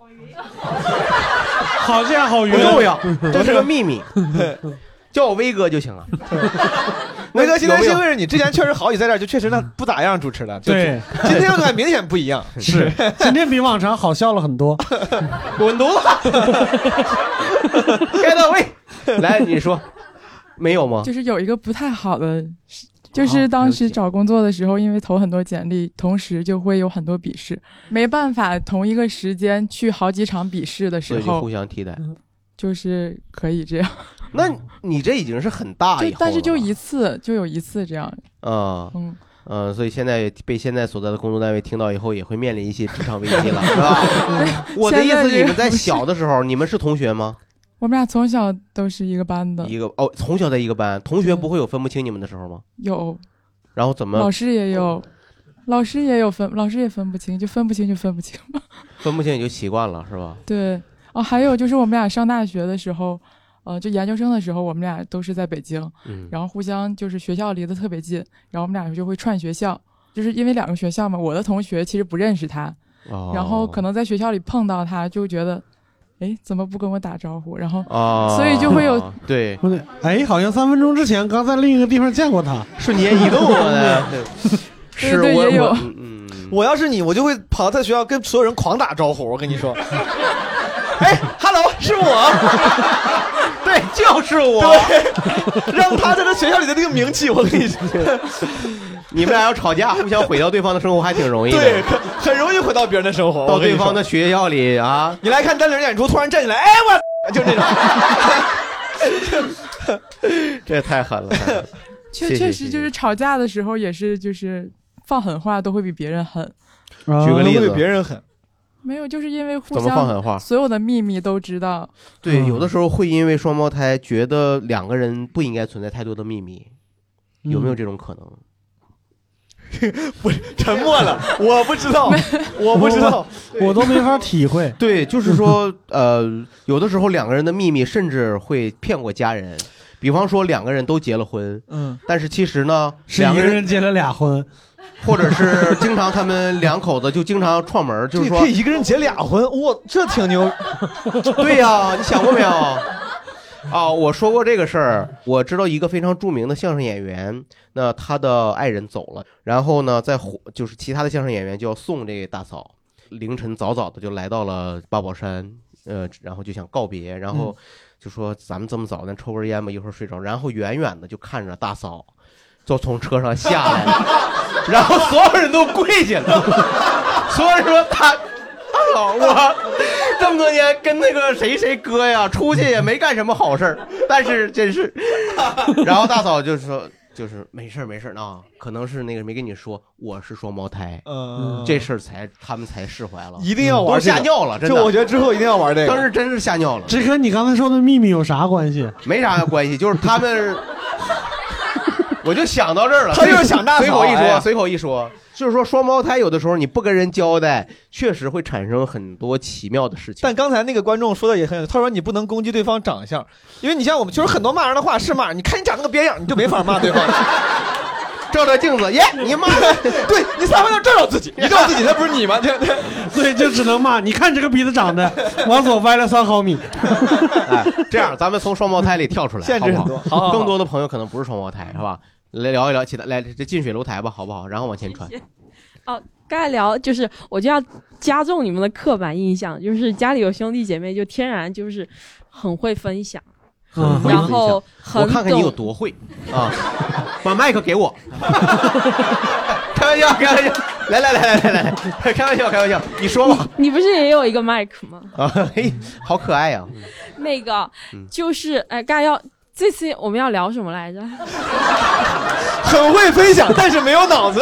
好见好缘， 不重要，这是个秘密。叫我威哥就行了。 威哥现在是因为你之前确实好几在这儿就确实那不咋样主持了， 对， 今天我感觉明显不一样， 是今天比往常好笑了很多。 滚犊子！该到位。来，你说没有吗？ 就是有一个不太好的。就是当时找工作的时候，因为投很多简历，同时就会有很多笔试，没办法同一个时间去好几场笔试的时候， 所以就互相替代， 就是可以这样。 那你这已经是很大以后了， 但是就一次，就有一次这样。 啊， 嗯嗯、呃，所以现在被现在所在的工作单位听到以后，也会面临一些职场危机了，是吧？我的意思，你们在小的时候，你们是同学吗？ 我们俩从小都是一个班的， 一个哦，从小在一个班，同学不会有分不清你们的时候吗？ 有， 然后怎么？ 老师也有，老师也有分，老师也分不清，就分不清就分不清吧。 分不清也就习惯了，是吧？ 对，哦，还有就是我们俩上大学的时候，呃，就研究生的时候，我们俩都是在北京， 嗯， 然后互相就是学校离得特别近，然后我们俩就会串学校，就是因为两个学校嘛，我的同学其实不认识他， 哦、 然后可能在学校里碰到他，就觉得。哎，怎么不跟我打招呼？然后， 哦、 所以就会有对， 哎，好像三分钟之前刚在另一个地方见过他， 瞬间移动了。 是，对对也有。 嗯， 我要是你，我就会跑到他学校跟所有人狂打招呼。我跟你说，哎 ，Hello， 是我， 对，就是我， 对，让他在这学校里的那个名气，我跟你说。 你们俩要吵架，互相毁掉对方的生活，还挺容易的。 对，很容易毁到别人的生活。 到对方的学校里啊， 你来看单人演出，突然站起来，哎我，就这种，这也太狠了。 确确实就是吵架的时候，也是就是放狠话都会比别人狠。 举个例子， 比别人狠。 没有，就是因为互相怎么放狠话， 所有的秘密都知道。 对，有的时候会因为双胞胎觉得两个人不应该存在太多的秘密。 有没有这种可能？ 不是沉默了，我不知道，我不知道， 我, 我都没法体会。 对，就是说，呃，有的时候两个人的秘密甚至会骗过家人。比方说两个人都结了婚，嗯，但是其实呢， 是一个人结了俩婚， 或者是经常他们两口子就经常串门，就是说可以一个人结俩婚，哇，这挺牛。 对呀、啊，你想过没有？啊、哦，我说过这个事儿。我知道一个非常著名的相声演员，那他的爱人走了，然后呢，在就是其他的相声演员就要送这个大嫂，凌晨早早的就来到了八宝山，呃，然后就想告别，然后就说咱们这么早，咱抽根烟吧，一会儿睡着。然后远远的就看着大嫂就从车上下来了，然后所有人都跪下了，所有人说他。大嫂，我这么多年跟那个谁谁哥呀，出去也没干什么好事儿，但是真是，然后大嫂就说，就是没事没事啊，可能是那个没跟你说，我是双胞胎，嗯，这事儿才他们才释怀了， 一定要玩、 这个，都吓尿了，真的， 这我觉得之后一定要玩这个， 当时真是吓尿了。 这跟你刚才说的秘密有啥关系？ 没啥关系，就是他们，我就想到这儿了， 他就是想大嫂， 随口一说，随口一说。就是说，双胞胎有的时候你不跟人交代，确实会产生很多奇妙的事情。 但刚才那个观众说的也很有，他说你不能攻击对方长相，因为你像我们就是很多骂人的话是骂，你看你长那个别样，你就没法骂对方。 照照镜子，耶，你骂， 对你撒泡尿照照自己，你照自己那不是你吗？对对， 所以就只能骂。你看这个鼻子长得往左歪了三毫米。 哎，这样咱们从双胞胎里跳出来， 限制很多， 好不好？好好好，更多的朋友可能不是双胞胎，是吧？来聊一聊其他，来这近水楼台吧，好不好？然后往前传。 哦，刚才聊就是我就要加重你们的刻板印象，就是家里有兄弟姐妹就天然就是很会分享， 嗯、 然后很我看看你有多会啊！把麦克给我。开玩笑，开玩笑，来来来来来来，开玩笑开玩笑，你说吧。 你, 你不是也有一个麦克吗？ 啊，嘿，好可爱呀、啊！ 那个就是哎，刚才要。这次我们要聊什么来着？ 很会分享，但是没有脑子，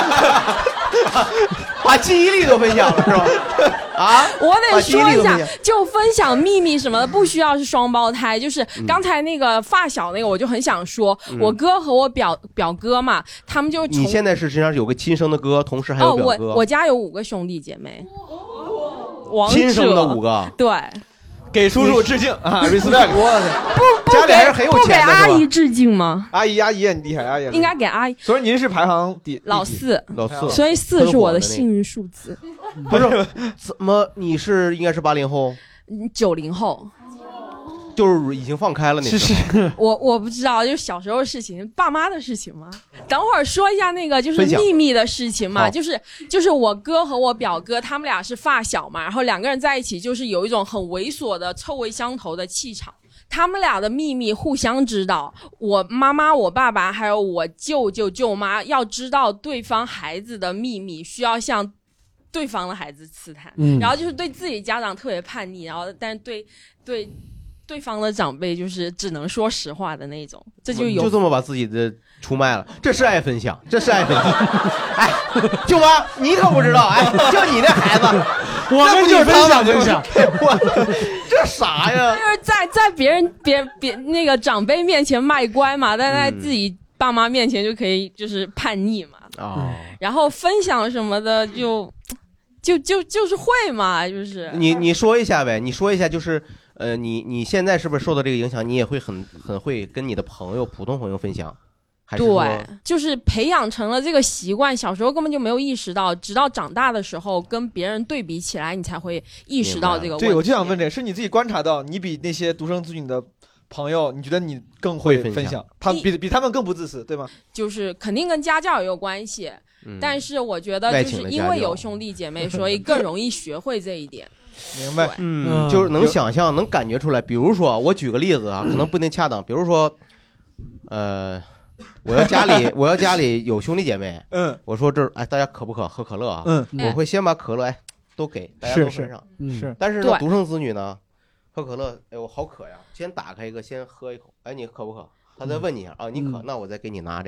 把记忆力都分享了是吧？啊， 我得说一下，就分享秘密什么的，不需要是双胞胎。就是刚才那个发小那个，我就很想说，嗯、我哥和我表表哥嘛，他们就你现在是实际上有个亲生的哥，同时还有表哥。 哦、我我家有五个兄弟姐妹，王亲生的五个， 对。 给叔叔致敬啊 ！respect， 我不不家里还是很有钱的， 不给阿姨致敬吗？ 阿姨阿姨也很厉害，阿姨应该给阿姨。 所以您是排行第老四， 老四， 所以四是我的幸运数字。 不是，怎么你是应该是八零后？ 九零后。 就是已经放开了那是我我不知道，就是小时候的事情，爸妈的事情嘛。等会儿说一下那个就是秘密的事情嘛，就是就是我哥和我表哥他们俩是发小嘛，然后两个人在一起就是有一种很猥琐的臭味相投的气场。他们俩的秘密互相知道，我妈妈、我爸爸还有我舅舅、舅妈要知道对方孩子的秘密，需要向对方的孩子刺探，嗯、然后就是对自己家长特别叛逆，然后但是对对。对方的长辈就是只能说实话的那种，这就有就这么把自己的出卖了，这是爱分享，这是爱分享。哎，舅妈，你可不知道，哎，就你那孩子， 我们就分享分享， 我这啥呀？ 就是在在别人别别那个长辈面前卖乖嘛，但在自己爸妈面前就可以就是叛逆嘛。啊、嗯，然后分享什么的就就就就是会嘛，就是你你说一下呗，你说一下就是。呃，你你现在是不是受到这个影响？你也会很很会跟你的朋友、普通朋友分享，还是说对，就是培养成了这个习惯。小时候根本就没有意识到，直到长大的时候跟别人对比起来，你才会意识到这个问题。 对，我就想问这个，是你自己观察到，你比那些独生子女的朋友，你觉得你更会分享，他比比他们更不自私，对吗？ 就是肯定跟家教也有关系，嗯、但是我觉得就是因为有兄弟姐妹，所以更容易学会这一点。 明白， 嗯，就是能想象、能感觉出来。比如说，我举个例子啊，可能不一定恰当。比如说，呃，我要家里我要家里有兄弟姐妹，嗯，我说这哎，大家渴不渴？喝可乐啊，嗯，我会先把可乐哎都给大家都分上， 是。 但是呢，独生子女呢，喝可乐，哎，我好渴呀，先打开一个，先喝一口，哎，你渴不渴？他再问你一下啊，你渴，那我再给你拿这个。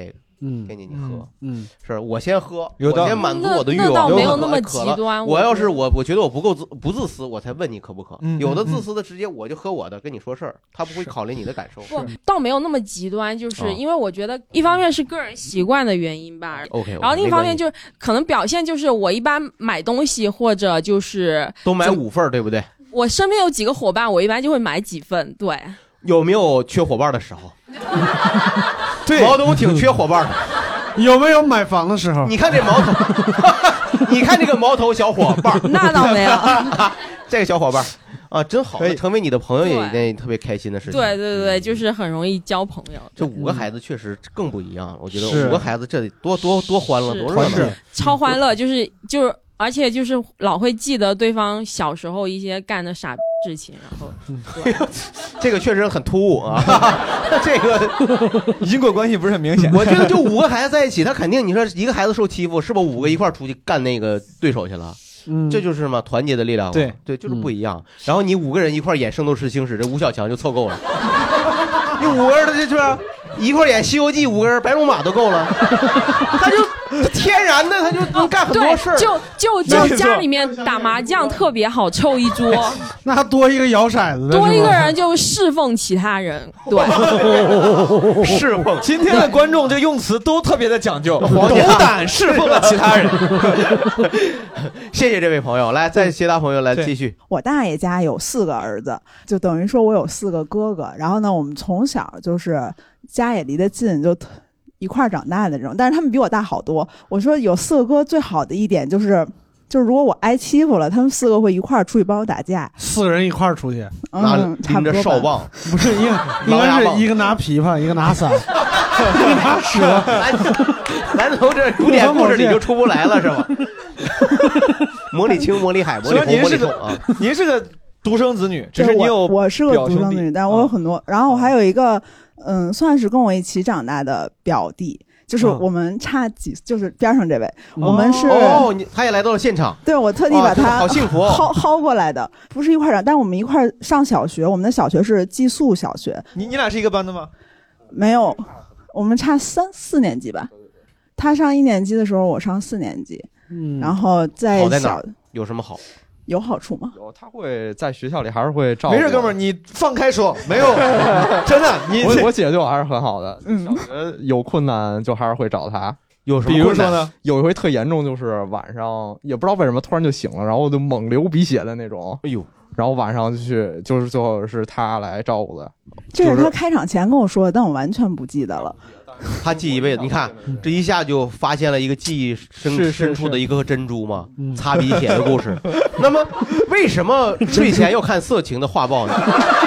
嗯， 给你你喝， 嗯， 是我先喝， 有我先满足我的欲望， 那倒没有那么极端。 我要是我我觉得我不够自不自私，我才问你渴不渴。 嗯、 有的自私的直接我就喝我的，跟你说事儿，他不会考虑你的感受。 不，倒没有那么极端，就是因为我觉得一方面是个人习惯的原因吧。 OK， 然后另一方面就是可能表现就是我一般买东西或者就是都买五份，对不对？ 我身边有几个伙伴，我一般就会买几份。对， 有没有缺伙伴的时候？对，毛东挺缺伙伴的。 有没有买房的时候？ 你看这毛头，你看这个毛头小伙伴， 那倒没有。 这个小伙伴啊，真好，成为你的朋友也一件特别开心的事情。 对对对，就是很容易交朋友。 这五个孩子确实更不一样，我觉得五个孩子这多多多欢乐，多热闹， 超欢乐，就是就是，而且就是老会记得对方小时候一些干的傻事情，然后， 这个确实很突兀啊，这个因果关系不是很明显。 我觉得就五个孩子在一起，他肯定你说一个孩子受欺负，是不是五个一块出去干那个对手去了？嗯，这就是嘛，团结的力量。 对对，就是不一样。嗯、然后你五个人一块演《圣斗士星矢》，这吴小强就凑够了。你五个人的就是一块演《西游记》，五个人白龙马都够了。他就他天然的，他就能干很多事儿。 就就就家里面打麻将特别好，凑一桌。 那多一个摇骰子的， 多一个人就侍奉其他人。对， 侍奉。 今天的观众这用词都特别的讲究，斗胆侍奉了其他人。 谢谢这位朋友，来，再其他朋友来继续。 我大爷家有四个儿子，就等于说我有四个哥哥。然后呢，我们从小就是家也离得近，就一块长大的这种。但是他们比我大好多。我说有四个哥最好的一点就是，就是如果我挨欺负了，他们四个会一块出去帮我打架。 四个人一块出去， 嗯， 拎着哨棒， 不是一个，应该是一个拿琵琶，一个拿伞，一个拿蛇。 咱从这古典故事里就出不来了，是吧？魔力青、魔力海、魔力红、魔力痛啊！ 您是个独生子女，只是你有我我是个独生子女，但我有很多。然后我还有一个，嗯，算是跟我一起长大的表弟，就是我们差几，就是边上这位，我们是哦，你他也来到了现场， 对我特地把他好幸福薅薅过来的，不是一块长，但是我们一块上小学，我们的小学是寄宿小学。 你你俩是一个班的吗？ 没有，我们差三四年级吧。他上一年级的时候，我上四年级。嗯，然后在小有什么好？ 有好处吗？ 有，他会在学校里还是会照顾。 没事，哥们儿，你放开说，没有，真的，你我我姐对我还是很好的。嗯，小学有困难就还是会找他。 有什么？ 比如说呢，有一回特严重，就是晚上也不知道为什么突然就醒了，然后就猛流鼻血的那种。 哎呦！ 然后晚上就去，就是最后是他来照顾的。 这是他开场前跟我说的，但我完全不记得了。 他记一辈子，你看这一下就发现了一个记忆深深处的一个珍珠嘛，擦鼻血的故事。那么，为什么睡前要看色情的画报呢？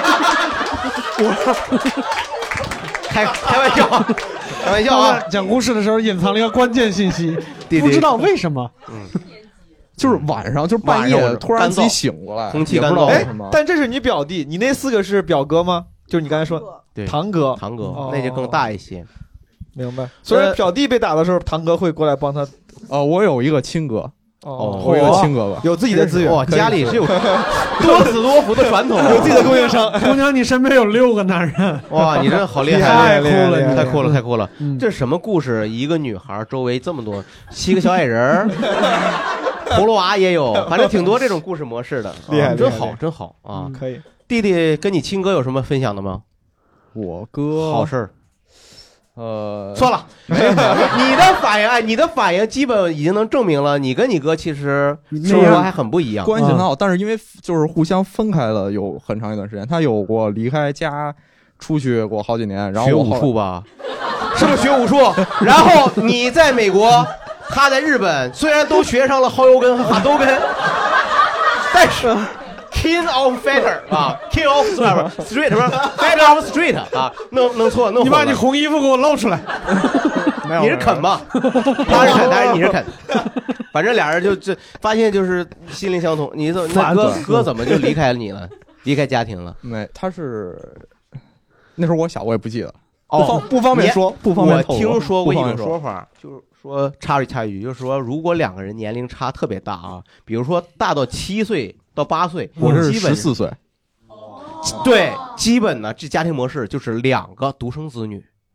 开开玩笑，开玩笑啊！ 讲故事的时候隐藏了一个关键信息，不知道为什么。 嗯，就是晚上，就是半夜突然自己醒过来， 空气干燥。 哎，但这是你表弟，你那四个是表哥吗？就是你刚才说堂哥， 堂哥那就更大一些。 明白，所以表弟被打的时候，堂哥会过来帮他。 呃，我有一个亲哥， 哦， 我有一个亲哥哥， 有自己的资源， 哇，家里是有多子多福的传统， 有自己的供应商。 姑娘，你身边有六个男人， 哇，你这好厉害，太酷了，太酷了，太酷了！这什么故事？一个女孩周围这么多，七个小矮人，葫芦娃也有，反正挺多这种故事模式的， 厉害， 真好，真好啊！ 可以。 弟弟跟你亲哥有什么分享的吗？ 我哥好事儿。 呃， 算了，没有，你的反应，哎，你的反应基本已经能证明了，你跟你哥其实生活还很不一样， 关系很好，但是因为就是互相分开了有很长一段时间，他有过离开家出去过好几年，然后学武术吧，是不是学武术？然后你在美国，他在日本，虽然都学上了薅油根和哈兜根，但是。King of Fighter 啊 ，King of Street 什么 Fighter of Street 啊，弄弄错弄。 你把你红衣服给我露出来。 你是肯吧？他是肯，但是你是肯。反正俩人就就发现就是心灵相通。你怎么那哥哥怎么就离开了你了？离开家庭了？ 没，他是那时候我小，我也不记得。哦，不方便说，不方便透露。 我听说过一种说法，就是说插一插一句，就是说如果两个人年龄差特别大啊，比如说大到七岁。到八岁， 我是十四岁， 对，基本呢，这家庭模式就是两个独生子女，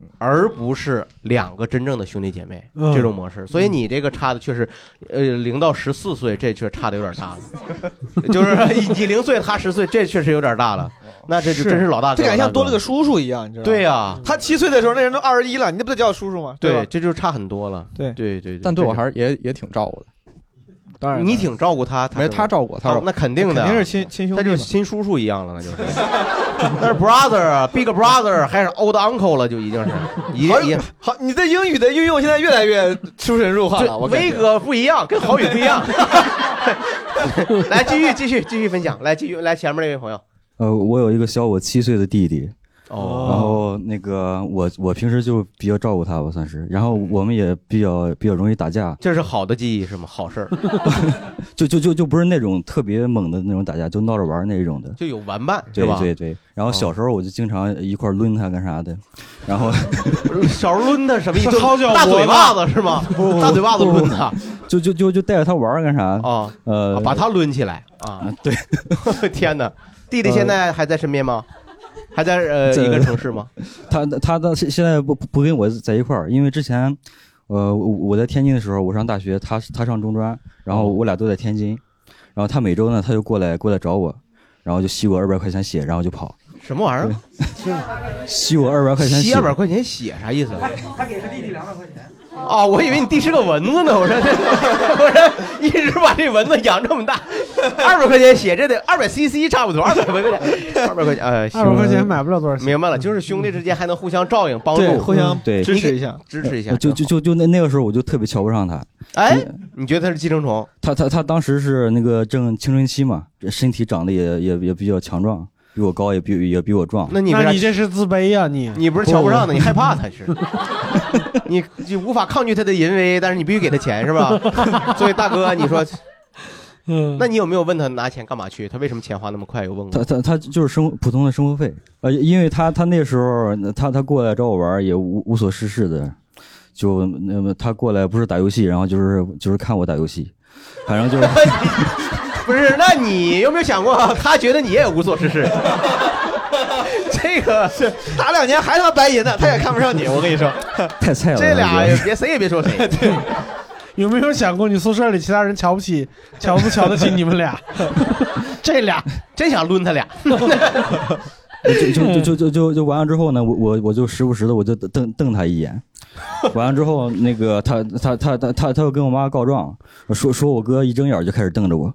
而不是两个真正的兄弟姐妹、 嗯、 这种模式。所以你这个差的确实，呃，零到十四岁这确差的有点大了，就是你零岁他十岁，这确实有点大了。那这就真是老大哥， 这感觉像多了个叔叔一样，你知道吗？ 对呀、啊， 他七岁的时候那人都二十一了，你那不得叫叔叔吗？ 对， 对， 这就差很多了。 对对 对, 对， 但对我还是也也挺照顾的。 当然， 你挺照顾他， 没他照顾他、哦， 那肯定的， 肯定是亲亲兄弟， 他就是亲叔叔一样了，那就是，那是 brother、big brother 还是 old uncle 了，就已经是，已经好，你的英语的运用现在越来越出神入化了，我威哥不一样，跟郝宇不一样。来，继续继续继续分享，来继续来前面那位朋友。 呃，我有一个小我七岁的弟弟。 哦， 然后那个我我平时就比较照顾他吧，算是，然后我们也比较比较容易打架， 这是好的记忆是吗？好事儿， 就就就就不是那种特别猛的那种打架，就闹着玩那一种的， 就有玩伴， 对吧？ 对对。然后小时候我就经常一块抡他干啥的，然后小时候抡他什么意思？ 薅脚大嘴巴子是吗？大嘴巴子抡他， 就就就就带着他玩干啥啊？ 哦、呃， 把他抡起来啊！ 对， 天哪，弟弟现在还在身边吗？还在呃一个城市吗？ 他他他现在不不跟我在一块儿，因为之前，呃我我在天津的时候，我上大学，他他上中专，然后我俩都在天津，然后他每周呢他就过来过来找我，然后就吸我二百块钱血，然后就跑。 什么玩意儿？ 吸我二百块钱血？ 吸二百块钱血啥意思？他给他弟弟两百块钱。哦，我以为你弟是个蚊子呢，我说我说一直把这蚊子养这么大，二百块钱血这得二百 C C 差不多，二百块钱，二百块钱，呃， 二百块钱买不了多少钱。 明白了，就是兄弟之间还能互相照应、帮助， 互相对支持一下， 支持一下。 就就就就那那个时候我就特别瞧不上他。 哎，你觉得他是寄生虫？ 他他他当时是那个正青春期嘛，身体长得也也也比较强壮。比我高也比也比我壮， 那你那你这是自卑呀、啊？你你不是瞧不上的，你害怕他是，你你无法抗拒他的淫威，但是你必须给他钱是吧？所以大哥，你说，嗯，那你有没有问他拿钱干嘛去？他为什么钱花那么快？有问过？ 他他他就是生普通的生活费，呃，因为他他那时候他他过来找我玩也无无所事事的，就那么他过来不是打游戏，然后就是就是看我打游戏，反正就是。 不是，那你有没有想过，他觉得你也无所事事？这个是打两年还他妈白银呢，他也看不上你。我跟你说， 太菜了。 这俩别谁也别说谁。 对，有没有想过你宿舍里其他人瞧不起、瞧不瞧得起你们俩？这俩真想抡他俩。 就就就就就就完了之后呢，我我我就时不时的我就瞪瞪他一眼。完了之后，那个他他他他他他又跟我妈告状，说说我哥一睁眼就开始瞪着我，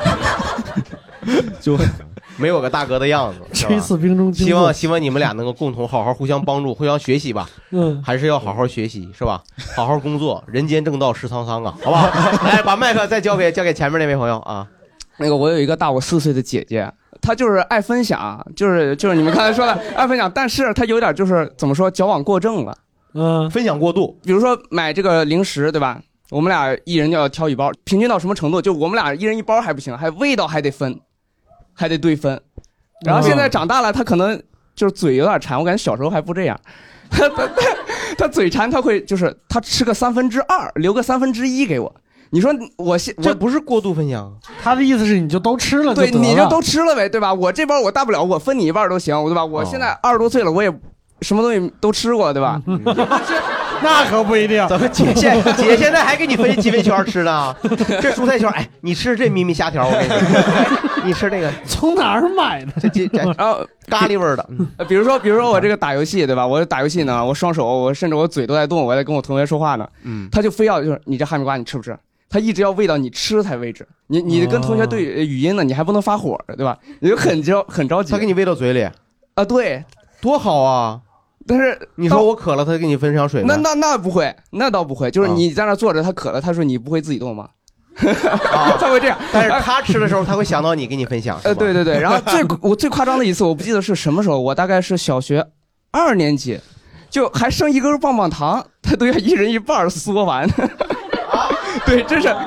就没有个大哥的样子。 垂死兵中惊。 希望希望你们俩能够共同好好互相帮助，互相学习吧。嗯，还是要好好学习，是吧？好好工作，人间正道是沧桑啊，好不好？来，把麦克再交给交给前面那位朋友啊。 那个我有一个大我四岁的姐姐，她就是爱分享，就是就是你们刚才说的爱分享，但是她有点就是怎么说矫枉过正了。 嗯，分享过度， 比如说买这个零食，对吧？我们俩一人就要挑一包，平均到什么程度？就我们俩一人一包还不行，还味道还得分，还得对分。然后现在长大了，他可能就是嘴有点馋，我感觉小时候还不这样。他他他嘴馋，他会就是他吃个三分之二，留个三分之一给我。你说我现这不是过度分享， 他的意思是你就都吃了就得了， 对，你就都吃了呗，对吧？我这包我大不了我分你一半都行，对吧？我现在二十多岁了，我也。什么东西都吃过，对吧？ 那可不一定。 怎么姐现姐现在还给你分鸡尾圈吃呢？这蔬菜圈，哎，你吃这咪咪虾条，我跟你说，你吃这个从哪儿买的？ 这这这，然后咖喱味儿的。 比如说，比如说我这个打游戏，对吧？我打游戏呢，我双手，我甚至我嘴都在动，我在跟我同学说话呢。嗯，他就非要就是你这哈密瓜你吃不吃？他一直要喂到你吃才为止。你你跟同学对语音呢，你还不能发火，对吧？你就很着很着急。 他给你喂到嘴里啊？对， 多好啊！ 但是你说我渴了，他给你分享水吗？ 那那那不会，那倒不会。就是你在那坐着，他渴了，他说你不会自己动吗？他会这样。 但是他吃的时候，他会想到你，给你分享。 呃，对对对。然后最我最夸张的一次，我不记得是什么时候，我大概是小学二年级，就还剩一根棒棒糖，他都要一人一半嗦完。对，这是。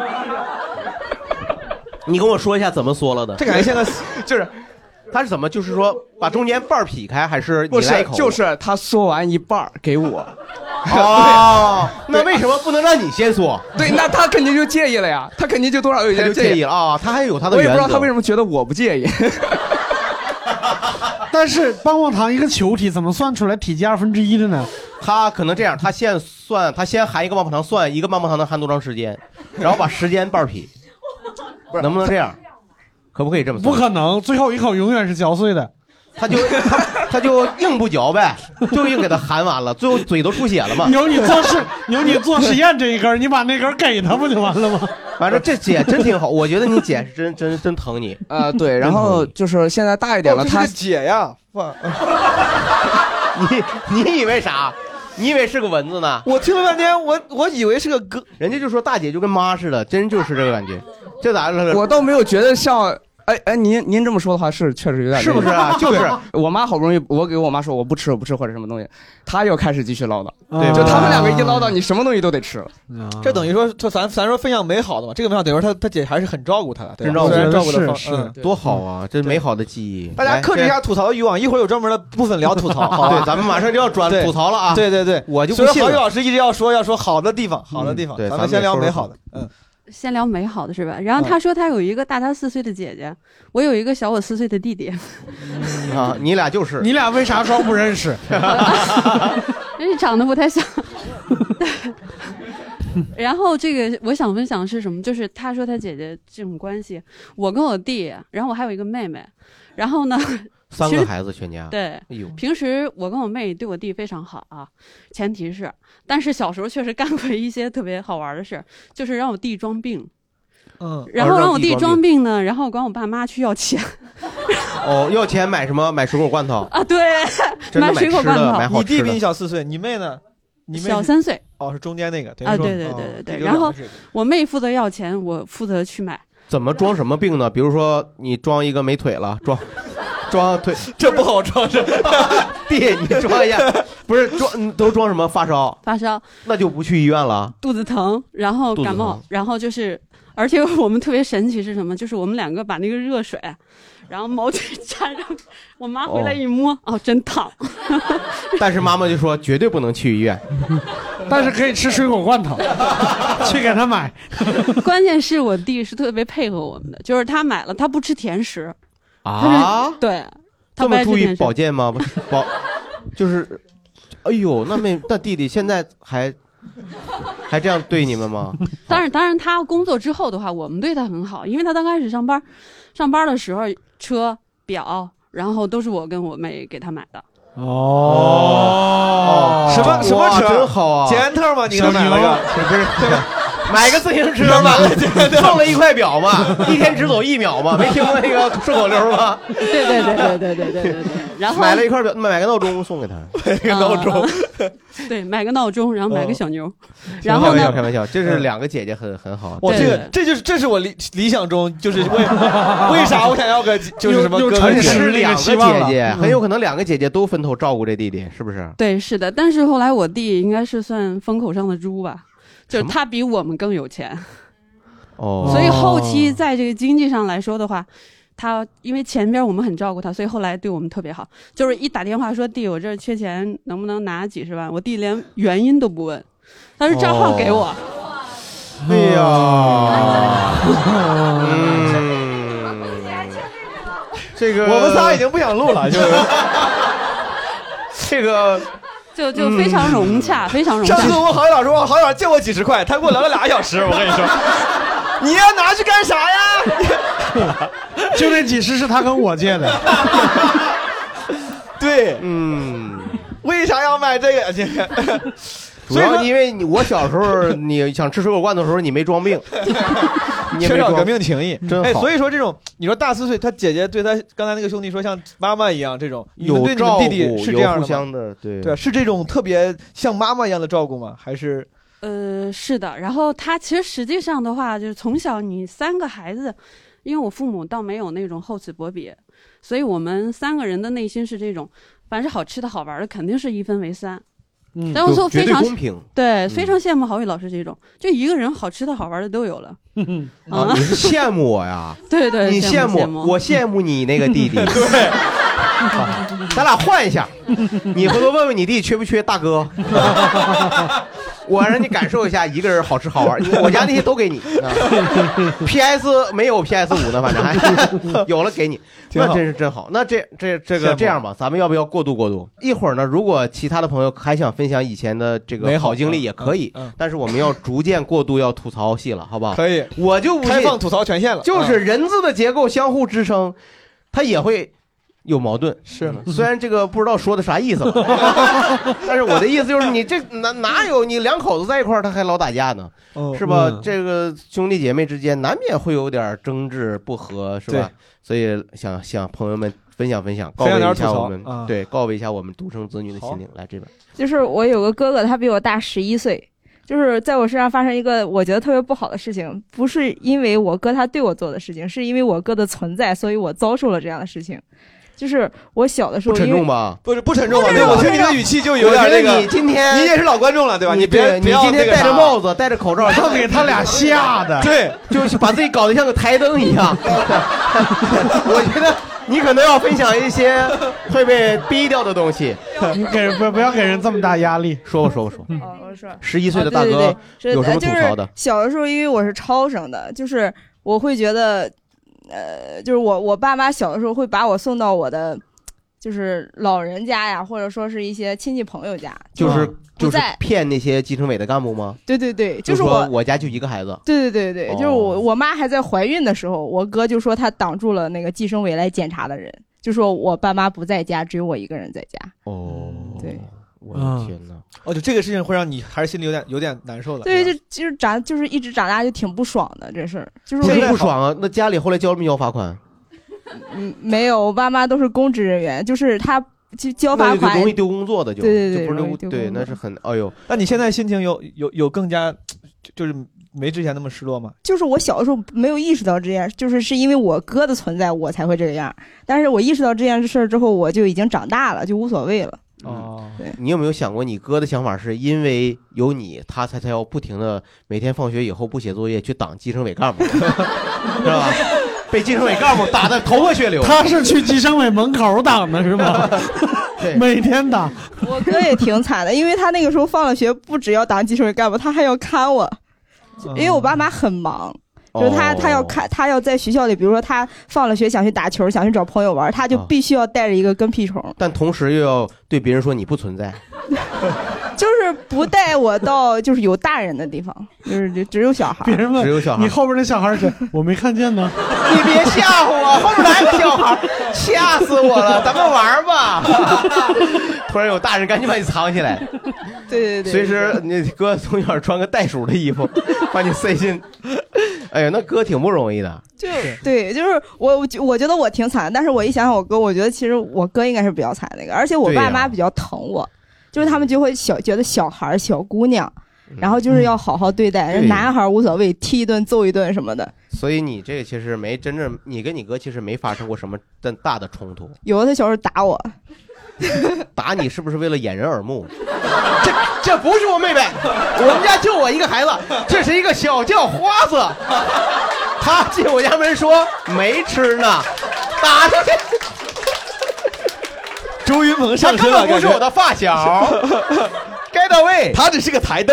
你跟我说一下怎么嗦了的？ 这感觉现在就是。 他是怎么，就是说把中间半劈开，还是你来一口？ 不是，就是他嗦完一半给我。 哦，那为什么不能让你先嗦？ 对，那他肯定就介意了呀，他肯定就多少有些介意了啊，他还有他的原则。 我也不知道他为什么觉得我不介意。 但是棒棒糖一个球体怎么算出来体积二分之一的呢？ 他可能这样，他先算，他先含一个棒棒糖，算一个棒棒糖能含多长时间，然后把时间半劈，能不能这样？可不可以这么算？ 不可能，最后一口永远是嚼碎的。 他就他他就硬不嚼呗，就硬给他含完了，最后嘴都出血了嘛。 有你做实有你做实验这一根，你把那根给他不就完了吗？ 反正这姐真挺好，我觉得你姐是真真真疼你啊、呃。对，然后就是现在大一点了，她、 哦、姐呀， 你你以为啥？你以为是个蚊子呢？ 我听了半天，我我以为是个哥， 人家就说大姐就跟妈似的，真就是这个感觉。这咋了？ 我倒没有觉得像。哎哎，您您这么说的话是确实有点， 是不是啊？就是我妈好不容易，我给我妈说我不吃我不吃或者什么东西，她又开始继续唠叨， 对， 就他们两个一唠叨，你什么东西都得吃了。 这等于说，这咱咱说分享美好的嘛，这个美好等于说他他姐还是很照顾他的， 真照顾， 照顾的方是是多好啊！这美好的记忆， 大家克制一下吐槽的欲望，一会儿有专门的部分聊吐槽。好， 对，咱们马上就要转吐槽了啊！ 对对对， 我就不信。 所以郝宇老师一直要说要说好的地方，好的地方，咱们先聊美好的，嗯。 先聊美好的是吧？然后他说他有一个大他四岁的姐姐，我有一个小我四岁的弟弟。 啊，你俩就是， 你俩为啥装不认识？ 因为长得不太像。然后这个我想分享的是什么？就是他说他姐姐这种关系，我跟我弟，然后我还有一个妹妹，然后呢。 三个孩子全家对、哎，平时我跟我妹对我弟非常好啊，前提是，但是小时候确实干过一些特别好玩的事，就是让我弟装病， 嗯， 然后让我弟装病呢，然后管我爸妈去要钱， 哦，要钱买什么？买水果罐头啊，对，买水果罐头。 你弟比你小四岁，你妹呢？你妹小三岁， 哦，是中间那个啊，对对对对对，然后我妹负责要钱，我负责去买。 怎么装什么病呢？比如说你装一个没腿了，装。装腿这不好装是弟你装一下，不是装都装什么发烧发烧， 那就不去医院了。 肚子疼，然后感冒，然后就是，而且我们特别神奇是什么？就是我们两个把那个热水，然后毛巾沾上，我妈回来一摸，哦，哦真烫。 但是妈妈就说绝对不能去医院， 但是可以吃水果罐头，去给他买。 关键是我弟是特别配合我们的，就是他买了，他不吃甜食。 啊， 对， 这么注意保健吗？不是保，就是，哎呦，那没那弟弟现在还还这样对你们吗？ 当然，当然，他工作之后的话，我们对他很好，因为他刚开始上班，上班的时候车表，然后都是我跟我妹给他买的。 哦，什么什么车？ 真好啊！ 捷安特吗？你给他买了个？ 不是。买个自行车嘛，送了一块表嘛，一天只走一秒嘛，没听过那个顺口溜吗？ 对对对对对对对对对。然后买了一块表，买个闹钟送给他， 买个闹钟， 对，买个闹钟，然后买个小牛。然后开玩笑，开玩笑，这是两个姐姐很很好。 我这个这就是这是我理理想中就是为为啥我想要个就是什么哥哥是两个姐姐，很有可能两个姐姐都分头照顾这弟弟，是不是？ 对，是的。但是后来我弟应该是算风口上的猪吧。就是他比我们更有钱， 哦， 所以后期在这个经济上来说的话，他因为前边我们很照顾他，所以后来对我们特别好。就是一打电话说弟，我这缺钱，能不能拿几十万？我弟连原因都不问，他是账号给我。 哎呀，嗯，这个我们仨已经不想录了，就是这个。 就就非常融洽，嗯、非常融洽。 上次我郝宇老师，我郝宇老师借我几十块，他跟我聊了俩小时。我跟你说，你要拿去干啥呀？ 就那几十是他跟我借的。 对， 嗯， 为啥要买这个？这个， 主要因为你我小时候你想吃水果罐头的时候，你没装病。 缺少革命情谊， 真好。 哎，所以说这种，你说大四岁，他姐姐对他刚才那个兄弟说像妈妈一样，这种有对你们弟弟是这样的吗？ 互相的，对对，是这种特别像妈妈一样的照顾吗？还是？ 呃，是的。然后他其实实际上的话，就是从小你三个孩子，因为我父母倒没有那种厚此薄彼，所以我们三个人的内心是这种，凡是好吃的好玩的，肯定是一分为三。 嗯， 但是非常公平， 对，非常羡慕郝宇老师这种，就一个人好吃的好玩的都有了。 啊，你是羡慕我呀？ 对对， 你羡慕我，羡慕你那个弟弟。 对， 咱俩换一下，你回头问问你弟缺不缺大哥。 我让你感受一下一个人好吃好玩，我家那些都给你。啊、P S 没有 P S 五呢，反正还有了给你，那真是真好。那这这这个这样吧，咱们要不要过渡过渡？一会儿呢，如果其他的朋友还想分享以前的这个好经历也可以，嗯嗯、但是我们要逐渐过渡，要吐槽戏了，好不好？ 可以， 我就开放吐槽权限了。 就是人字的结构相互支撑，它也会。有矛盾是， 虽然这个不知道说的啥意思吧，但是我的意思就是你这哪哪有你两口子在一块儿他还老打架呢，哦、是吧？嗯、这个兄弟姐妹之间难免会有点争执不和，是吧？所以想想朋友们分享分享，告慰一下我们，啊、对，告慰一下我们独生子女的心灵。来这边， 就是我有个哥哥，他比我大十一岁。就是在我身上发生一个我觉得特别不好的事情，不是因为我哥他对我做的事情，是因为我哥的存在，所以我遭受了这样的事情。就是我小的时候， 不沉重吧？ 不是不沉重吧？对，我听你的语气就有点这个。 你今天你也是老观众了，对吧？ 你别， 你今天戴着帽子，戴着口罩， 他给他俩吓的， 对，就是把自己搞得像个台灯一样。我觉得你可能要分享一些会被逼掉的东西。 你给人不不要给人这么大压力。 说吧说吧说。 哦，我说。 十一岁的大哥有什么吐槽的？ 小的时候，因为我是超生的，就是我会觉得。呃，就是我我爸妈小的时候会把我送到我的，就是老人家呀，或者说是一些亲戚朋友家， 就是就是骗那些计生委的干部吗？ 对对对，就是我我家就一个孩子。 对对对对，就是我我妈还在怀孕的时候，我哥就说他挡住了那个计生委来检查的人，就说我爸妈不在家，只有我一个人在家。 哦， 对。 我的天哪！ 哦，就这个事情会让你还是心里有点有点难受的。 对，就就是长就是一直长大就挺不爽的这事儿，就是不是不爽啊。那家里后来交没交罚款？ 嗯，没有，我爸妈都是公职人员，就是他就交罚款容易丢工作的就， 对对对，就不是对，那是很哎呦。 那你现在心情有有有更加就是没之前那么失落吗？ 就是我小的时候没有意识到这样，就是是因为我哥的存在我才会这个样，但是我意识到这件事儿之后，我就已经长大了，就无所谓了。 哦，对，你有没有想过，你哥的想法是因为有你，他才才要不停的每天放学以后不写作业去挡计生委干部，是吧？被计生委干部打得头破血流。 他是去计生委门口挡的是吗？ 对， 每天挡。 我哥也挺惨的，因为他那个时候放了学，不只要挡计生委干部，他还要看我，因为我爸妈很忙。就是他，他要看，他要在学校里，比如说他放了学想去打球，想去找朋友玩，他就必须要带着一个跟屁虫， 但同时又要对别人说你不存在， 就是不带我到就是有大人的地方，就是只有小孩。 别人问只有小孩， 你后边那小孩是？我没看见呢。 你别吓唬我，后面来个小孩，吓死我了，咱们玩吧。突然有大人赶紧把你藏起来。 对对对， 随时你哥从小穿个袋鼠的衣服，把你塞进。哎呀，那哥挺不容易的。 就对，就是我，我觉得我挺惨，但是我一想想我哥，我觉得其实我哥应该是比较惨那个，而且我爸妈比较疼我，啊、就是他们就会小觉得小孩小姑娘，然后就是要好好对待，嗯、男孩无所谓，踢一顿揍一顿什么的。 所以你这个其实没真正，你跟你哥其实没发生过什么大的冲突。 有的他小时候打我。 打你是不是为了掩人耳目？这这不是我妹妹，我们家就我一个孩子，这是一个小叫花子。他进我家门说没吃呢，打他去。 周云鹏上身了， 他根本不是我的发小。该到位， 他只是个台灯。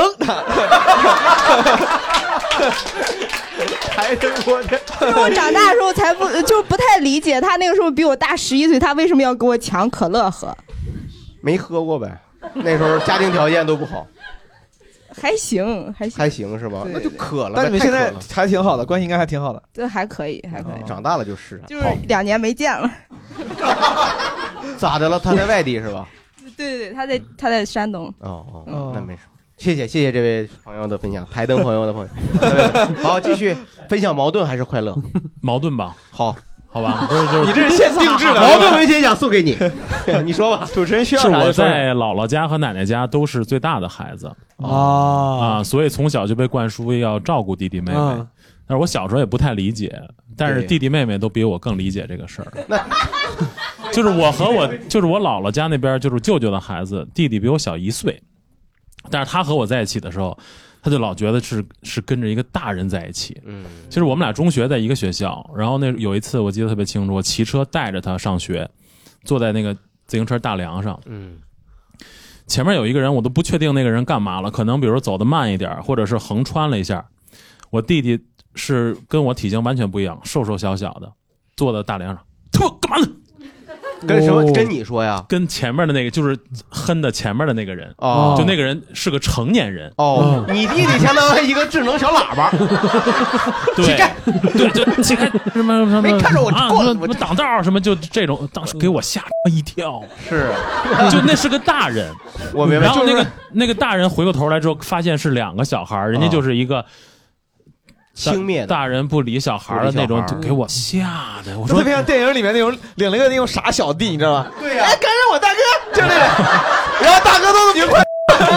台灯我的。 就是我长大的时候才不就不太理解，他那个时候比我大十一岁，他为什么要给我抢可乐喝？ 没喝过呗，那时候家庭条件都不好。 还行，还行， 还行是吧？那就渴了。 但你们现在还挺好的，关系应该还挺好的。 这还可以，还可以。 长大了就是， 就是两年没见了。 咋的了？他在外地是吧？ 对对对，他在他在山东。 哦哦，那没事。谢谢谢谢这位朋友的分享，台灯朋友的朋友。好，继续分享矛盾还是快乐？ 矛盾吧。 好， 好吧。不是，就是你这是现定制的矛盾文学奖送给你。你说吧， 主持人需要是我在姥姥家和奶奶家都是最大的孩子啊啊，所以从小就被灌输要照顾弟弟妹妹。嗯、但是我小时候也不太理解，但是弟弟妹妹都比我更理解这个事儿。就是我和我就是我姥姥家那边就是舅舅的孩子，弟弟比我小一岁。但是他和我在一起的时候，他就老觉得是是跟着一个大人在一起。嗯，其实我们俩中学在一个学校，然后那有一次我记得特别清楚，我骑车带着他上学，坐在那个自行车大梁上。嗯， 前面有一个人，我都不确定那个人干嘛了，可能比如说走得慢一点，或者是横穿了一下。我弟弟是跟我体型完全不一样，瘦瘦小小的，坐在大梁上，他妈干嘛呢？ 跟什么？跟你说呀？ 跟前面的那个就是哼的前面的那个人， 哦， 就那个人是个成年人。 哦，你弟弟相当于一个智能小喇叭。 对，对，就乞丐什么什么， 没看着我过了， 我挡道什么，就这种，当时给我吓一跳。 是， 就那是个大人， 我明白。 然后那个那个大人回过头来之后，发现是两个小孩，人家就是一个。 轻蔑的大人不理小孩的那种，就给我吓的。我说特别像电影里面那种领了个那种傻小弟，你知道吧？ 对呀、啊， 哎，跟着我大哥，就那个，然后大哥都已经快，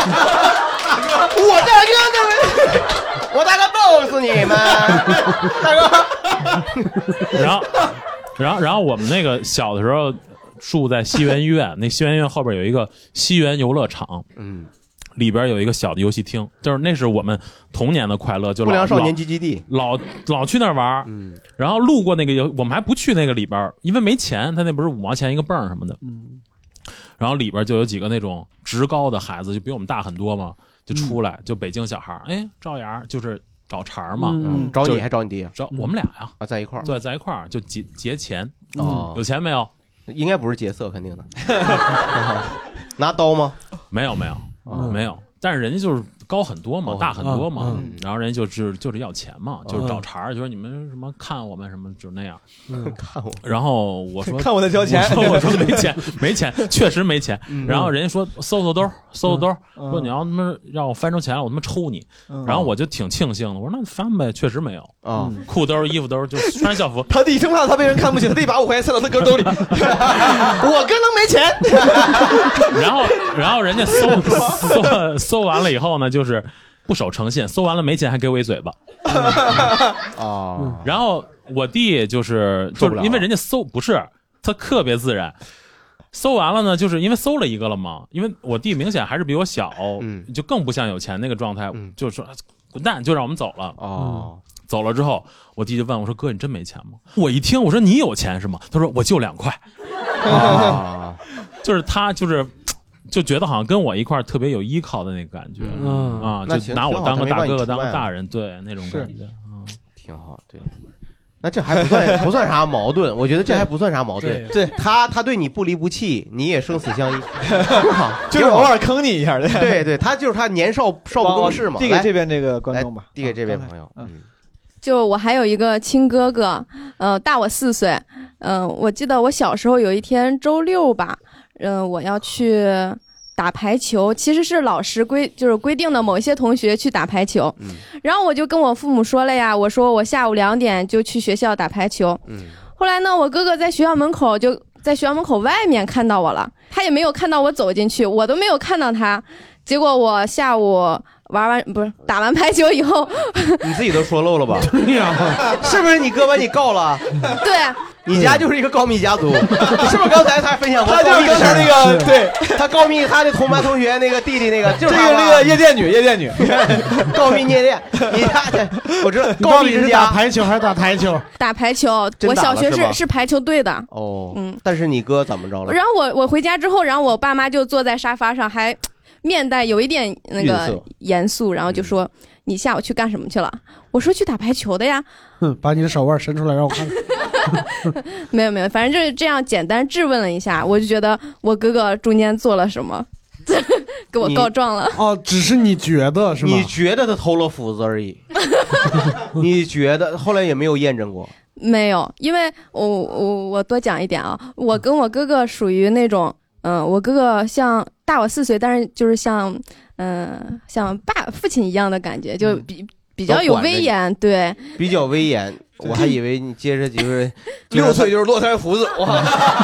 我大哥呢？我大哥揍死你们，大哥。 然后，然后，然后我们那个小的时候住在西园医院，那西园医院后边有一个西园游乐场， 嗯。 里边有一个小的游戏厅，就是那是我们童年的快乐，就不良少年聚集地， 老老去那儿玩，嗯，然后路过那个游，我们还不去那个里边，因为没钱，他那不是五毛钱一个泵什么的，嗯，然后里边就有几个那种职高的孩子，就比我们大很多嘛，就出来，嗯、就北京小孩，哎，赵阳就是找茬嘛， 嗯，找你还找你弟， 找我们俩呀， 啊，在一块儿， 对，在一块儿就结结钱， 哦， 有钱没有？ 应该不是劫色，肯定的，拿刀吗？ 没有没有。嗯、没有，但是人家就是高很多嘛，哦、大很多嘛，嗯、然后人家就是就是要钱嘛，嗯、就是找茬，就说你们什么看我们什么就那样， 嗯、看我。 然后我说看我在交钱， 我说我说没钱，没钱，确实没钱。嗯、然后人家说搜搜兜，搜搜兜，嗯、说你要他妈让我翻出钱来，我他妈抽你。嗯、然后我就挺庆幸的，我说那翻呗，确实没有啊，嗯、裤兜、衣服兜就穿校服。 他弟生怕他被人看不起，他弟把五块钱塞到他哥兜里，我哥能没钱？ 然后然后人家搜搜搜完了以后呢，就是不守诚信，搜完了没钱还给我一嘴巴。 哦， 然后我弟就是就是因为人家搜不是他特别自然，搜完了呢，就是因为搜了一个了嘛，因为我弟明显还是比我小，嗯，就更不像有钱那个状态，嗯、就是说滚蛋，就让我们走了。 哦， 走了之后，我弟就问我说：“哥，你真没钱吗？”我一听，我说：“你有钱是吗？”他说：“我就两块。”啊，就是他就是。就觉得好像跟我一块特别有依靠的那个感觉，嗯啊，就拿我当个大哥哥，当个大人，对那种感觉，嗯， 挺好，对。那这还不算不算啥矛盾，我觉得这还不算啥矛盾。 对， 他他对你不离不弃，你也生死相依，好， 就是偶尔坑你一下。 对对，他就是他年少少不更事嘛。 递给这边这个观众吧， 递给这位朋友。嗯， 就我还有一个亲哥哥，呃，大我四岁。嗯、呃，我记得我小时候有一天周六吧。嗯、呃，我要去打排球，其实是老师规就是规定的某一些同学去打排球，嗯，然后我就跟我父母说了呀，我说我下午两点就去学校打排球，嗯，后来呢，我哥哥在学校门口就在学校门口外面看到我了，他也没有看到我走进去，我都没有看到他，结果我下午玩完不是打完排球以后， 你自己都说漏了吧？对呀，是不是你哥把你告了？ 对。 你家就是一个告密家族，是不是？刚才他分享过， 他就是刚才那个，对他告密他的同班同学那个弟弟那个，就是这个那个夜店女，夜店女告密夜店，你家我知道告密是打排球还是打台球？ 打排球，我小学是是排球队的。 哦，嗯，但是你哥怎么着了？ 然后我我回家之后，然后我爸妈就坐在沙发上，还面带有一点那个严肃，然后就说。你下午去干什么去了？我说去打排球的呀。 哼，把你的手腕伸出来让我看看。 没有没有，反正就是这样简单质问了一下，我就觉得我哥哥中间做了什么，给我告状了。 哦，只是你觉得是吗？ 你觉得他偷了斧子而已。你觉得后来也没有验证过？ 没有，因为我我我多讲一点啊，我跟我哥哥属于那种，嗯、呃，我哥哥像大我四岁，但是就是像。嗯，像爸父亲一样的感觉，就比、嗯、比较有威严，对， 比较威严。我还以为你接着就是六岁就是络腮胡子，哇，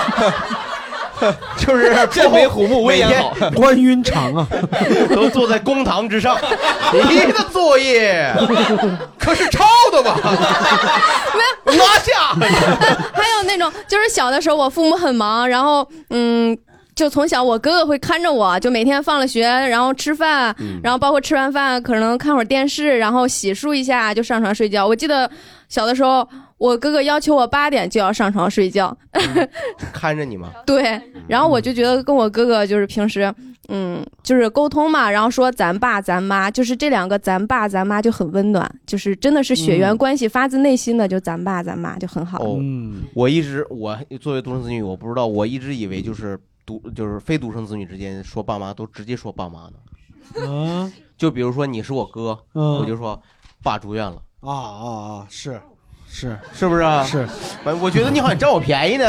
就是剑眉虎目，威严好， 关云长啊， 都坐在公堂之上。你的作业可是抄的吧？ 没有， 拿下。 还有那种，就是小的时候我父母很忙，然后嗯。 就从小我哥哥会看着我，就每天放了学，然后吃饭， 嗯、 然后包括吃完饭可能看会儿电视，然后洗漱一下就上床睡觉。我记得小的时候，我哥哥要求我八点就要上床睡觉， 嗯、看着你吗？ 对，然后我就觉得跟我哥哥就是平时，嗯，就是沟通嘛，然后说咱爸咱妈，就是这两个咱爸咱妈就很温暖，就是真的是血缘关系，嗯、发自内心的就咱爸咱妈就很好。 哦，嗯，我一直我作为独生子女，我不知道，我一直以为就是独就是非独生子女之间说爸妈都直接说爸妈呢。 嗯， 就比如说你是我哥， 嗯、 我就说爸住院了。 啊啊啊！是，是， 是不是啊？ 是， 我觉得你好像占我便宜呢。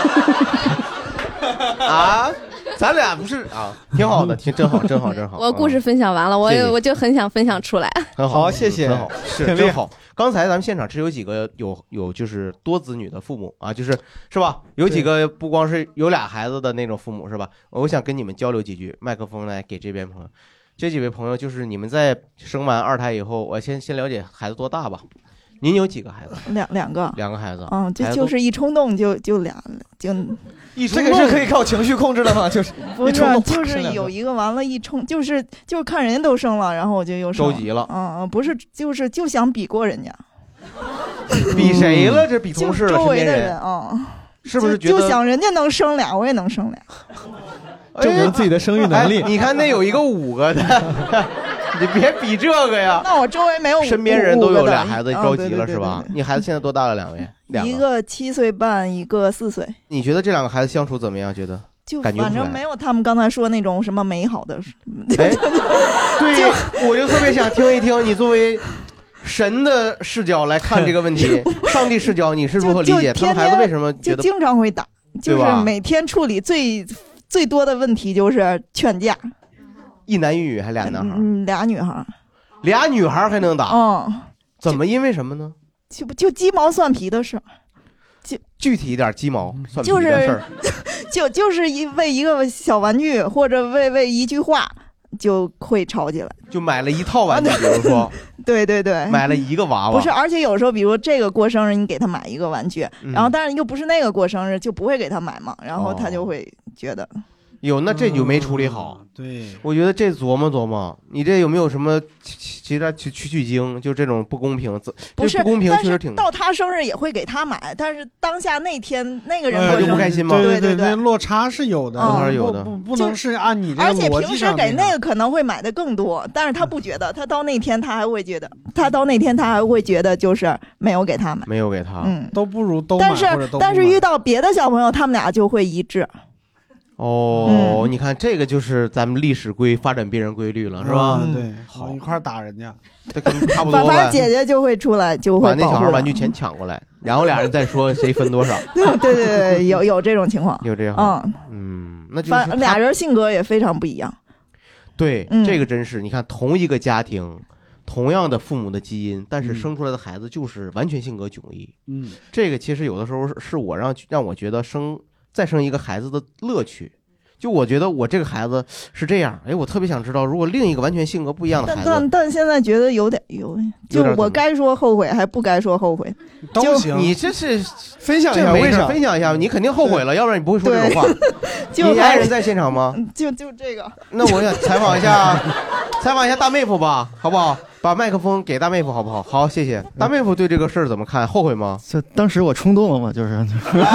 啊，咱俩不是啊，挺好的，挺真好，真好，真好。 我故事分享完了，我谢谢我就很想分享出来。 很好， 谢谢， 很好，是真好。刚才咱们现场是有几个有有就是多子女的父母啊，就是是吧？有几个不光是有俩孩子的那种父母是吧？我想跟你们交流几句，麦克风来给这边朋友。这几位朋友就是你们在生完二胎以后，我先先了解孩子多大吧。您有几个孩子？ 两两个， 两个孩子。 嗯，就就是一冲动就就俩，就一这个是可以靠情绪控制的吗？就是不是，就是有一个完了，一冲就是就是看人家都生了，然后我就又着急了。 嗯嗯，不是，就是就想比过人家。 比谁了？这比同事了， 周围的人啊， 是不是觉得就想人家能生俩，我也能生俩？ 证明自己的生育能力。 哎、你看那有一个五个的，你别比这个呀。 那我周围没有五， 身边人都有俩孩子，着急了、 哦、 是吧？你孩子现在多大了？两位？两个。 一个七岁半，一个四岁。 你觉得这两个孩子相处怎么样？觉得？ 就感觉反正没有他们刚才说那种什么美好的。 哎，对，我就特别想听一听你作为神的视角来看这个问题，上帝视角你是如何理解他们孩子为什么觉得就经常会打？就是每天处理最最多的问题就是劝架。 一男一女还俩男孩？ 嗯，俩女孩。 俩女孩还能打？ 嗯。 怎么？因为什么呢？ 就就鸡毛蒜皮的事儿。就具体一点，鸡毛蒜皮的事儿。 就就是一为一个小玩具或者为为一句话就会吵起来。 就买了一套玩具，比如说。 对对对。 买了一个娃娃。 不是，而且有时候比如这个过生日，你给他买一个玩具， 嗯、 然后但是又不是那个过生日，就不会给他买嘛，然后他就会觉得。 有，那这就没处理好。 嗯、对， 我觉得这琢磨琢磨，你这有没有什么其他去去去经？就这种不公平， 不是不公平，确实挺。 到他生日也会给他买，但是当下那天那个人他就不开心吗？ 对对对， 落差是有的， 落差是有的， 不不能是按你这个而且逻辑平时给那个可能会买的更多，但是他不觉得，他到那天他还会觉得，他到那天他还会觉得就是没有给他买， 没有给他， 嗯， 都不如都买或者都不买。 但是但是遇到别的小朋友，他们俩就会一致。 哦、 嗯， 你看这个就是咱们历史规发展必然规律了，是吧？ 嗯、对，好一块打人家， 这差不多吧。 反正姐姐就会出来，就会把那小孩玩具钱抢过来，然后俩人再说谁分多少。 对对对，有有这种情况， 有这样。 嗯嗯，那就是反俩人性格也非常不一样。 对， 嗯、 这个真是，你看同一个家庭，同样的父母的基因，但是生出来的孩子就是完全性格迥异。 嗯， 这个其实有的时候是是我让让我觉得生。再生一个孩子的乐趣，就我觉得我这个孩子是这样，哎，我特别想知道，如果另一个完全性格不一样的孩子， 但但但现在觉得有点有，就我该说后悔还不该说后悔， 都行。你这是分享一下，为啥？ 分享一下，你肯定后悔了，要不然你不会说这种话。 就你爱人在现场吗？ 就就这个。 那我想采访一下，采访一下大妹夫吧，好不好？把麦克风给大妹夫好不好？好，谢谢。大妹夫对这个事儿怎么看？后悔吗？ 就当时我冲动了嘛，就是。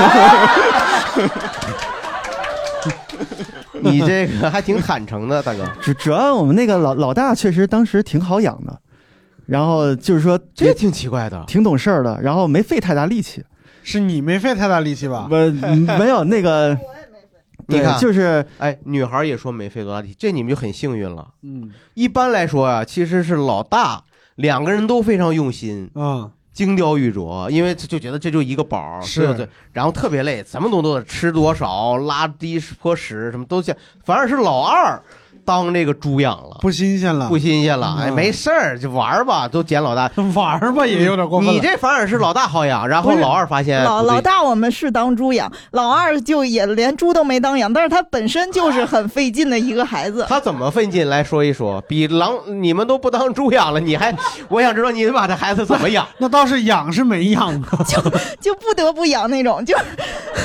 你这个还挺坦诚的，大哥。 主主要我们那个老老大确实当时挺好养的，然后就是说这挺奇怪的， 挺懂事儿的，然后没费太大力气。 是你没费太大力气吧？ 不，没有那个。 你看， 就是哎，女孩也说没费多大力气，这你们就很幸运了。 嗯， 一般来说啊，其实是老大两个人都非常用心， 嗯， 精雕玉琢，因为就觉得这就一个宝， 是对，然后特别累，什么东西都得吃多少，拉低泼屎什么都像，反而是老二当这个猪养了， 不新鲜了， 不新鲜了，哎，没事儿，就玩吧，都捡老大玩吧，也有点过分了。 你这反而是老大好养，然后老二发现老老大我们是当猪养，老二就也连猪都没当养，但是他本身就是很费劲的一个孩子。 他怎么费劲？来说一说，比狼你们都不当猪养了，你还我想知道你把这孩子怎么养？ 那倒是养是没养啊， 就就不得不养那种，就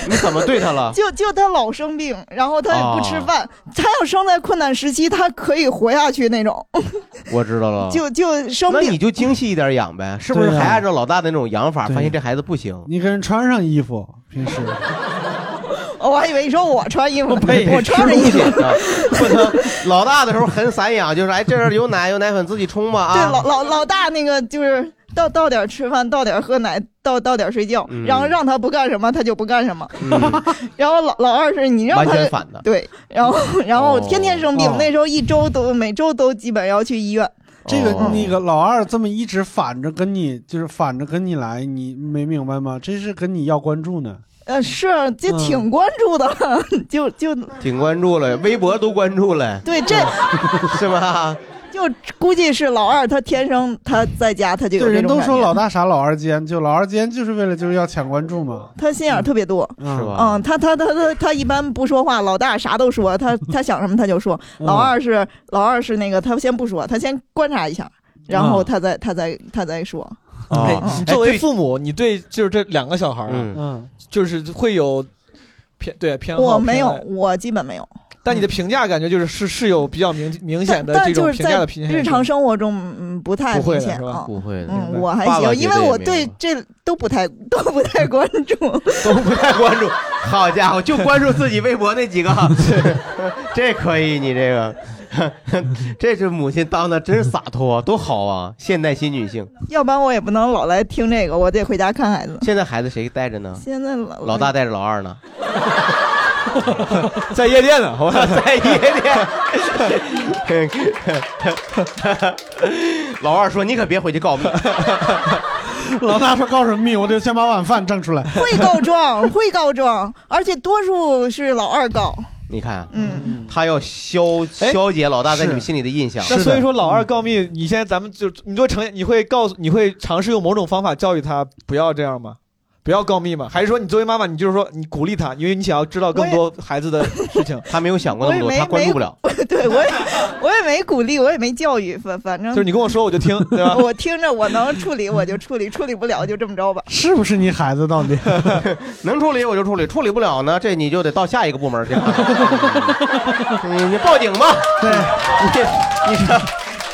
你怎么对他了？ 就就他老生病，然后他也不吃饭，他要生在困难时期，他可以活下去那种。 我知道了， 就就生病， 那你就精细一点养呗，是不是？还按照老大的那种养法，发现这孩子不行， 你给人穿上衣服，平时。 我还以为你说我穿衣服， 我穿着衣服。 不能，老大的时候很散养，就是哎，这儿有奶有奶粉自己冲吧啊。 对，老老老大那个就是到到点吃饭，到点喝奶，到到点睡觉， 嗯、 然后让他不干什么他就不干什么。嗯、然后老老二是你让他完全反的， 对，然后然后天天生病， 哦、 那时候一周都每周都基本要去医院。 这个那个老二这么一直反着跟你，就是反着跟你来，你没明白吗？这是跟你要关注呢。 呃，是，就挺关注的，嗯、就就挺关注了，微博都关注了。 对，这是吧？ 就估计是老二，他天生他在家他就有这种人都说老大傻，老二奸，就老二奸就是为了就是要抢关注嘛。 他心眼特别多， 嗯、 是吧？ 嗯，他他他他他一般不说话，老大啥都说，他他想什么他就说。老二是、嗯、老二是那个他先不说，他先观察一下，然后他再、嗯、他再他再说。 哎，作为父母，你对就是这两个小孩啊， 嗯， 就是会有偏对偏好。 我没有，我基本没有。 但你的评价感觉就是是是有比较明明显的这种评价的偏向。 日常生活中，嗯，不太明显啊， 不会的。 嗯，我还行，因为我对这都不太都不太关注， 都不太关注。好家伙，就关注自己微博那几个，这可以，你这个。这是母亲当的真是洒脱，多好啊！现代新女性， 要不然我也不能老来听这个，我得回家看孩子。 现在孩子谁带着呢？ 现在老老大带着老二呢， 在夜店呢，好吧， 在夜店。老二说：“你可别回去告密。” 老大说：“告什么密？我得先把晚饭挣出来。” 会告状，会告状，而且多数是老二告。 你看， 嗯， 他要消消解老大在你们心里的印象。 那所以说，老二告密，你现在咱们就你就承你会告诉，你会尝试用某种方法教育他不要这样吗？不要告密吗？还是说你作为妈妈，你就是说你鼓励他，因为你想要知道更多孩子的事情？ 他没有想过那么多，他关注不了。 对，我也我也没鼓励，我也没教育，反反正就是你跟我说我就听，对吧？ 我听着我能处理我就处理，处理不了就这么着吧。 是不是你孩子到底能处理我就处理，处理不了呢，这你就得到下一个部门去。你你报警吧， 对， 你你上，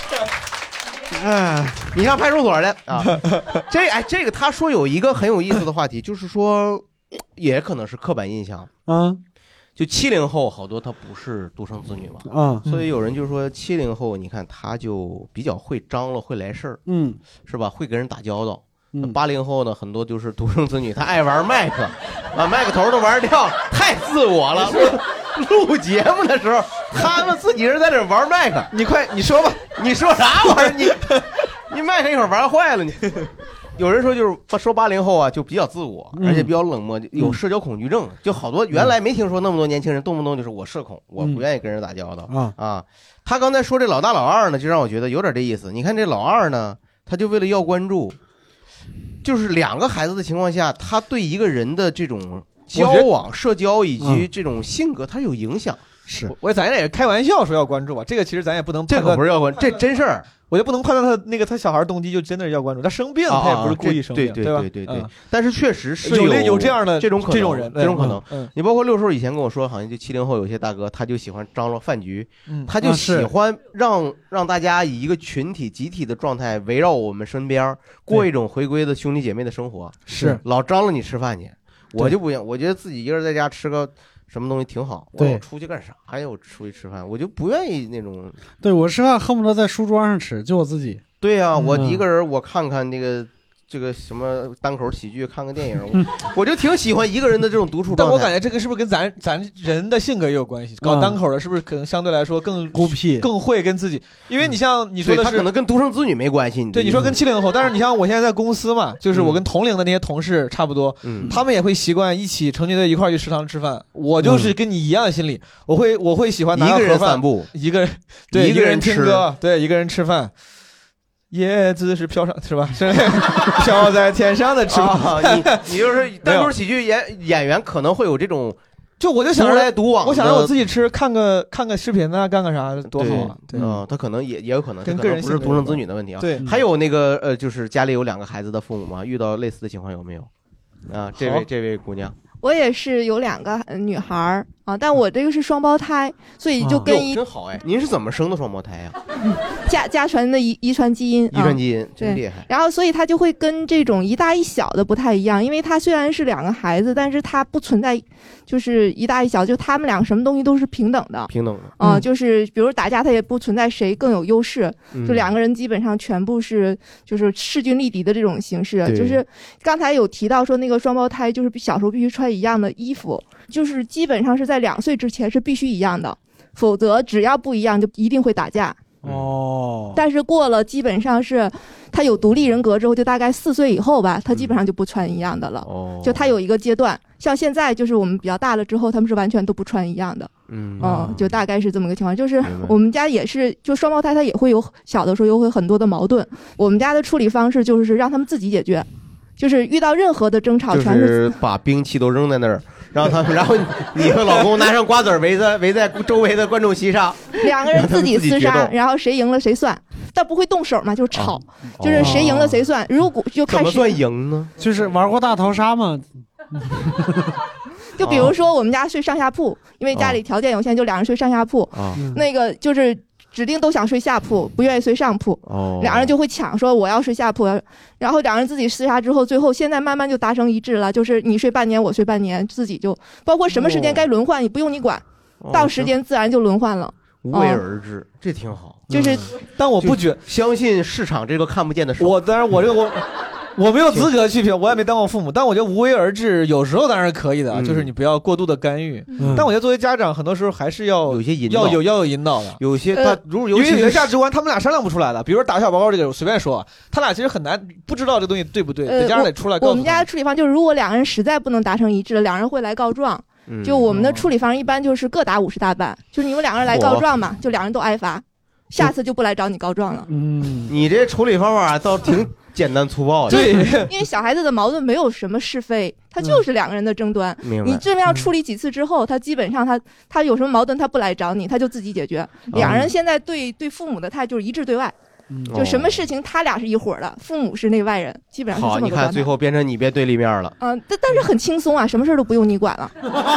嗯，你上派出所去啊。这哎，这个他说有一个很有意思的话题，就是说，也可能是刻板印象， 嗯。 就七零后好多他不是独生子女嘛， 啊、 嗯，所以有人就说七零后，你看他就比较会张罗，会来事儿， 嗯， 是吧？会跟人打交道。 八零、嗯、后呢，很多就是独生子女，他爱玩麦克，把麦克头都玩掉，太自我了。录节目的时候，他们自己人在这玩麦克， 你快你说吧， 你说啥玩意儿？你你麦克一会儿玩坏了你。有人说就是说八零后啊，就比较自我，而且比较冷漠，有社交恐惧症，就好多原来没听说那么多年轻人动不动就是我社恐，我不愿意跟人打交道、 嗯、 啊。他刚才说这老大老二呢，就让我觉得有点这意思。你看这老二呢，他就为了要关注，就是两个孩子的情况下，他对一个人的这种交往、社交以及这种性格，他有影响。 是我咱也是开玩笑说要关注吧，这个其实咱也不能判断， 这个不是要关注，这真事儿， 我就不能判断他那个他小孩动机就真的是要关注，他生病他也不是故意生病， 啊、对对吧？ 对对对对、 嗯。 但是确实是有有有这样的这种可能这种人， 这种可能。 嗯， 你包括六叔以前跟我说，好像就七零后有些大哥他就喜欢张罗饭局， 嗯、 他就喜欢让、啊、让大家以一个群体集体的状态围绕我们身边，过一种回归的兄弟姐妹的生活。 是老张罗你吃饭去，我就不行，我觉得自己一个人在家吃个。什么东西挺好？ 对， 我出去干啥呀？我出去吃饭，我就不愿意那种。 对我吃饭恨不得在书桌上吃，就我自己。 对呀、啊嗯，我一个人，我看看那个这个什么单口喜剧，看个电影，我我就挺喜欢一个人的这种独处状态。 但我感觉这个是不是跟咱咱人的性格也有关系？搞单口的是不是可能相对来说更孤僻， 更会跟自己？因为你像你说的是， 他可能跟独生子女没关系。 对，你说跟七零后，但是你像我现在在公司嘛，就是我跟同龄的那些同事差不多， 嗯， 他们也会习惯一起成群的一块去食堂吃饭。我就是跟你一样的心理，我会我会喜欢拿一个人散步， 一个人对一个人听歌，对一个人吃饭。叶子是飘上是吧？是飘在天上的翅膀。 啊、你你就是单口喜剧演演员可能会有这种， 就我就想独来独往， 我想让我自己吃，看个看个视频啊，干个啥多好啊！ 对啊、嗯，他可能也也有可能跟个人不是独生子女的问题啊。 对， 还有那个呃，就是家里有两个孩子的父母嘛，遇到类似的情况有没有？啊，这位这位姑娘。 我也是有两个女孩儿啊，但我这个是双胞胎，所以就跟一、 真好哎！您是怎么生的双胞胎呀、啊？ 家家传的遗遗传基因， 遗传基因、 啊、 真厉害。 然后所以它就会跟这种一大一小的不太一样，因为它虽然是两个孩子，但是它不存在就是一大一小，就他们俩什么东西都是平等的， 平等的啊、呃，就是比如打架，它也不存在谁更有优势， 嗯、 就两个人基本上全部是就是势均力敌的这种形式。就是刚才有提到说那个双胞胎就是小时候必须穿一样的衣服，就是基本上是在两岁之前是必须一样的，否则只要不一样就一定会打架。 哦， 但是过了基本上是他有独立人格之后，就大概四岁以后吧，他基本上就不穿一样的了。哦，就他有一个阶段，像现在就是我们比较大了之后，他们是完全都不穿一样的。嗯，嗯，就大概是这么个情况。就是我们家也是，就双胞胎他也会有小的时候又会很多的矛盾。我们家的处理方式就是让他们自己解决，就是遇到任何的争吵，全是把兵器都扔在那儿。让他们，然后你和老公拿上瓜子儿围在围在周围的观众席上， 两个人自己厮杀，然后谁赢了谁算，但不会动手嘛，就是吵，哦、就是谁赢了谁算。如果就看怎么算赢呢？ 就是玩过大逃杀嘛。 就比如说我们家睡上下铺，因为家里条件有限，就两人睡上下铺。哦、那个就是指定都想睡下铺，不愿意睡上铺。哦，两人就会抢说我要睡下铺，然后两人自己厮杀之后，最后现在慢慢就达成一致了，就是你睡半年，我睡半年，自己就包括什么时间该轮换，你不用你管，哦、到时间自然就轮换了， 无为而治，哦、这挺好。 就是， 但我不觉相信市场这个看不见的手。 我当然我这个我。我没有资格去评，我也没当过父母，但我觉得无为而治有时候当然是可以的，嗯、就是你不要过度的干预。嗯、但我觉得作为家长，很多时候还是要有些引导， 要有要有引导的。 有些他如果、呃、 因为有些价值观他们俩商量不出来的，比如说打小报告这个，我随便说，他俩其实很难不知道这东西对不对， 呃、 家长得出来告诉他。 我们家的处理方就是，如果两个人实在不能达成一致，两人会来告状。嗯、就我们的处理方一般就是各打五十大板，就是你们两个人来告状嘛，就两人都挨罚，下次就不来找你告状了。 嗯，你这处理方法倒挺。简单粗暴， 对，因为小孩子的矛盾没有什么是非，他就是两个人的争端。 嗯、 你这么样处理几次之后，他基本上他他有什么矛盾，他不来找你，他就自己解决。嗯、两人现在对对父母的态度就是一致对外，嗯、就什么事情他俩是一伙的，父母是内外人，基本上是这么个状态。 好，你看最后变成你变对立面了。 嗯、呃，但但是很轻松啊，什么事都不用你管了。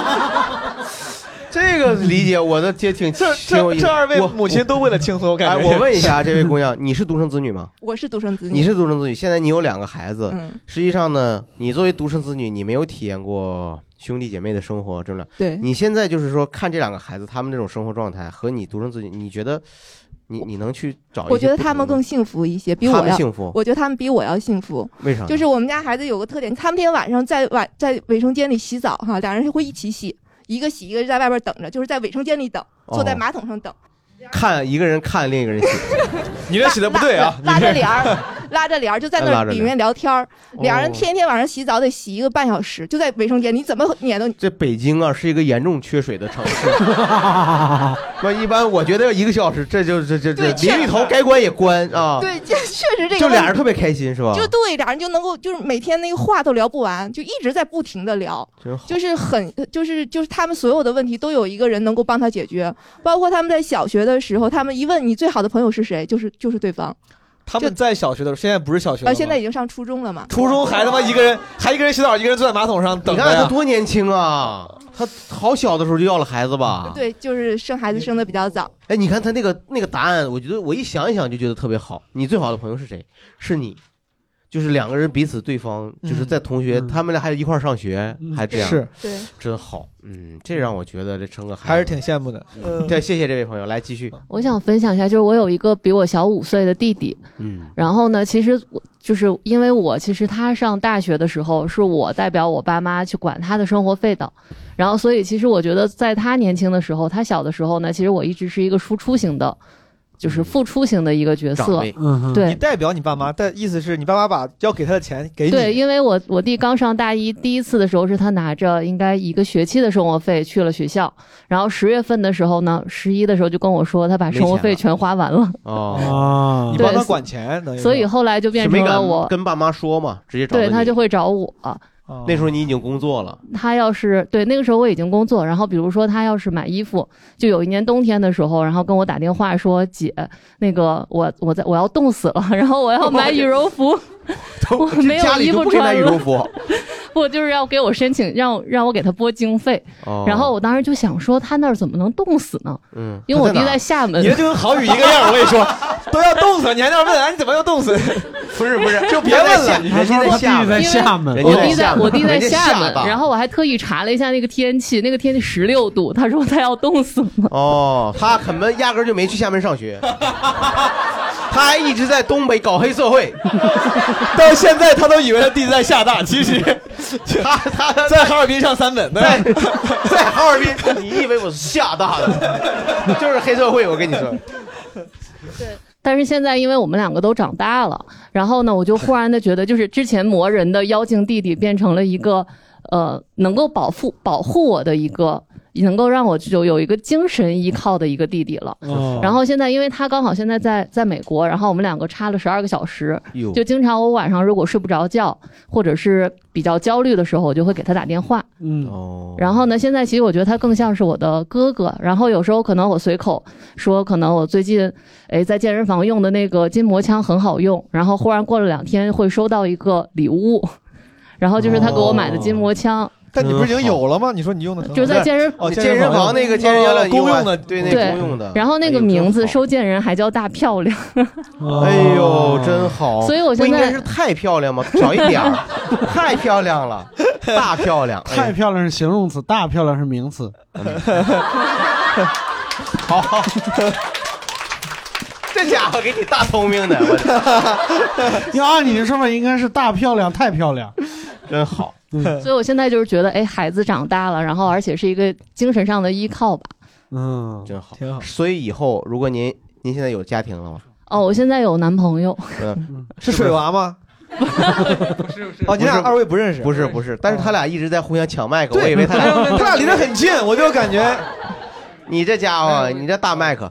这个理解我的也挺这这这二位母亲都为了轻松，我感觉。 哎，我问一下这位姑娘，你是独生子女吗？ 我是独生子女。 你是独生子女，现在你有两个孩子。 嗯。 实际上呢，你作为独生子女，你没有体验过兄弟姐妹的生活，真的。 对。 你现在就是说看这两个孩子，他们这种生活状态和你独生子女，你觉得你你能去找一些？ 我觉得他们更幸福一些，比我要他们幸福。 我觉得他们比我要幸福。 为啥？ 就是我们家孩子有个特点，他们天晚上在晚在卫生间里洗澡哈，两人会一起洗。一个洗，一个在外边等着，就是在卫生间里等，坐在马桶上等。 哦、看一个人看另一个人洗， 你这洗的不对啊！ 拉着帘儿，拉着帘儿就在那里面聊天儿。两人天天晚上洗澡得洗一个半小时，就在卫生间，你怎么撵都。 这北京啊是一个严重缺水的城市。那一般我觉得要一个小时，这就这这这淋浴头该关也关啊。 对，确实这个。 就俩人特别开心是吧？ 就对，俩人就能够就是每天那个话都聊不完，就一直在不停的聊，就是很就是就是他们所有的问题都有一个人能够帮他解决，包括他们在小学的时候，他们一问你最好的朋友是谁，就是就是对方。 他们在小学的时候，现在不是小学了， 呃，现在已经上初中了嘛。 初中还他妈一个人，还一个人洗澡，一个人坐在马桶上等着呀。 你看他多年轻啊！他好小的时候就要了孩子吧？ 对，就是生孩子生的比较早。 哎，你看他那个那个答案，我觉得我一想一想就觉得特别好。你最好的朋友是谁？是你。就是两个人彼此对方，就是在同学，嗯、他们俩还一块上学，嗯、还这样， 是， 对， 真好，嗯，这让我觉得这生个孩子还是挺羡慕的。 嗯，对，谢谢这位朋友，来继续。 我想分享一下，就是我有一个比我小五岁的弟弟，嗯，然后呢，其实就是因为我其实他上大学的时候是我代表我爸妈去管他的生活费的，然后所以其实我觉得在他年轻的时候，他小的时候呢，其实我一直是一个输出型的。就是付出型的一个角色， 嗯， 对， 你代表你爸妈，但意思是你爸妈把要给他的钱给你。 对，因为我我弟刚上大一第一次的时候，是他拿着应该一个学期的生活费去了学校，然后十月份的时候呢，十一的时候就跟我说他把生活费全花完了。 哦，你帮他管钱， 所以后来就变成了我跟爸妈说嘛，直接找对他就会找我。 那时候你已经工作了， 他要是对那个时候我已经工作，然后比如说他要是买衣服，就有一年冬天的时候，然后跟我打电话说姐，那个我我在我要冻死了，然后我要买羽绒服，我没有衣服穿了。 我就是要给我申请，让让我给他拨经费。 哦、 然后我当时就想说，他那儿怎么能冻死呢？ 嗯， 因为我弟在厦门。 你这就跟郝宇一个样，我跟你说，都要冻死，你还在那问啊，你怎么要冻死？ 不是不是， 就别问了， 人家在厦门， 在厦门， 我弟在我弟在厦门，然后我还特意查了一下那个天气，那个天气十六度，他说他要冻死了。 哦，他可能压根就没去厦门上学。他还一直在东北搞黑社会， 到现在他都以为他弟弟在厦大，其实他他在哈尔滨上三本， 在在哈尔滨，你以为我是厦大的，就是黑社会，我跟你说。 对，但是现在因为我们两个都长大了，然后呢，我就忽然的觉得，就是之前磨人的妖精弟弟变成了一个呃能够保护保护我的一个。能够让我就有一个精神依靠的一个弟弟了，哦、然后现在因为他刚好现在在在美国，然后我们两个差了十二个小时，就经常我晚上如果睡不着觉，或者是比较焦虑的时候，我就会给他打电话， 嗯， 然后呢，现在其实我觉得他更像是我的哥哥，然后有时候可能我随口说，可能我最近哎在健身房用的那个筋膜枪很好用，然后忽然过了两天会收到一个礼物，然后就是他给我买的筋膜枪。哦， 但你不是已经有了吗？你说你用的就是在健身哦健身房那个健身药公用的， 对那个公用的。 然后那个名字收件人还叫大漂亮。 哎呦，真好！ 所以我现在不应该是太漂亮吗？少一点儿，太漂亮了，大漂亮， 太漂亮是形容词，大漂亮是名词。 好，这家伙给你大聪明的，我要按你的说法，应该是大漂亮，太漂亮， 真好。 所以我现在就是觉得，哎，孩子长大了，然后而且是一个精神上的依靠吧。 嗯，真好，挺好。所以以后如果您您现在有家庭了吗？ 哦，我现在有男朋友。 嗯， 是水娃吗？不是不是。哦，你俩二位不认识？ 不是不是，但是他俩一直在互相抢麦克，我以为他俩他俩离得很近，我就感觉。 你这家伙，你这大麦克，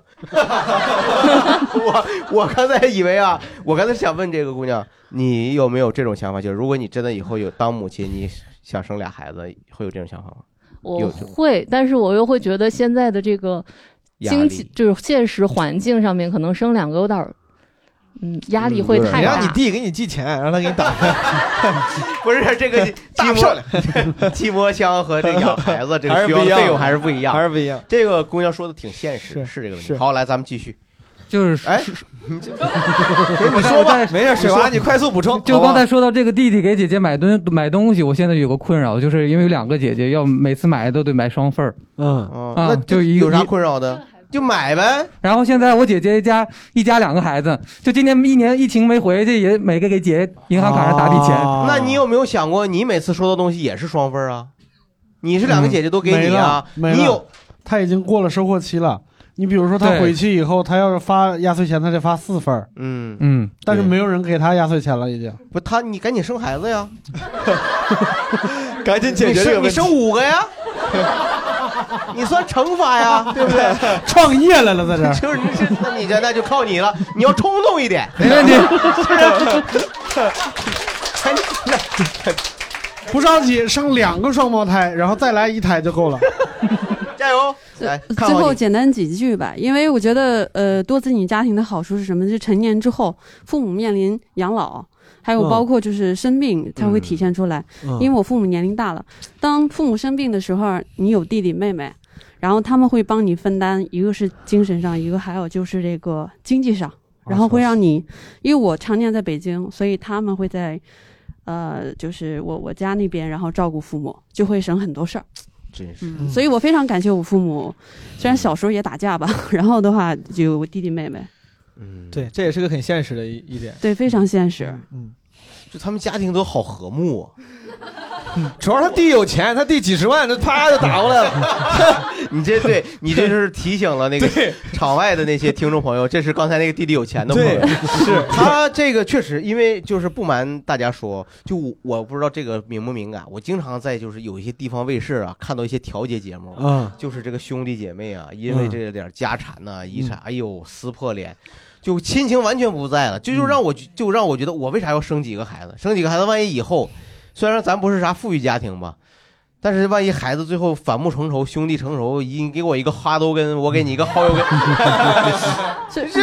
我我刚才以为啊，我刚才想问这个姑娘，你有没有这种想法？就是如果你真的以后有当母亲，你想生俩孩子，会有这种想法吗？ 我会，但是我又会觉得现在的这个经济就是现实环境上面，可能生两个有点，嗯，压力会太大。 你让你弟给你寄钱，让他给你打。 不是这个大漂亮，筋膜枪和这养孩子这个需要的费用还是不一样， 还是不一样。 这个姑娘说的挺现实，是这个问题。好，来咱们继续。 就是哎， 你说吧，没事，水娃你快速补充。 就刚才说到这个弟弟给姐姐买东买东西，我现在有个困扰，就是因为有两个姐姐，要每次买都得买双份儿。 嗯啊，那就有啥困扰的？就买呗。 然后现在我姐姐家一家两个孩子，就今年一年疫情没回去，也每个给姐银行卡上打笔钱。 哦、那你有没有想过，你每次收到东西也是双份啊？你是两个姐姐都给你啊？ 嗯、 你有？ 他已经过了收货期了。你比如说，他回去以后，他要是发压岁钱，他得发四份儿。 嗯嗯， 但是没有人给他压岁钱了，已经。 不，他你赶紧生孩子呀！ 赶紧解决这个问题。 你生五个呀？你算乘法呀，对不对？ 创业来了，在这。 就是你这，那你这那就靠你了。你要冲动一点， 没问题。 不着急，生两个双胞胎，然后再来一胎就够了。 加油！来， 最后简单几句吧，因为我觉得，呃，多子女家庭的好处是什么？就成年之后，父母面临养老，还有包括就是生病，才会体现出来。 嗯、 因为我父母年龄大了，当父母生病的时候，你有弟弟妹妹，然后他们会帮你分担，一个是精神上，一个还有就是这个经济上，然后会让你，因为我常年在北京，所以他们会在，呃，就是我我家那边，然后照顾父母，就会省很多事儿。 真是、 嗯，所以我非常感谢我父母，虽然小时候也打架吧，然后的话就有我弟弟妹妹。 嗯， 对，这也是个很现实的一一点。 对，非常现实。 嗯，就他们家庭都好和睦啊。 嗯，主要他弟有钱，他弟几十万，他啪就打过来了。 你这对你这是提醒了那个场外的那些听众朋友，这是刚才那个弟弟有钱的朋友。 是他这个确实，因为就是不瞒大家说，就我不知道这个敏不敏感，我经常在就是有一些地方卫视啊看到一些调解节目， 嗯， 就是这个兄弟姐妹啊，因为这点家产呐、啊、遗产，哎呦撕破脸。就亲情完全不在了，就就让我就让我觉得我为啥要生几个孩子？生几个孩子，万一以后虽然咱不是啥富裕家庭吧，但是万一孩子最后反目成仇，兄弟成仇，你给我一个花都根，我给你一个耗油根，这这让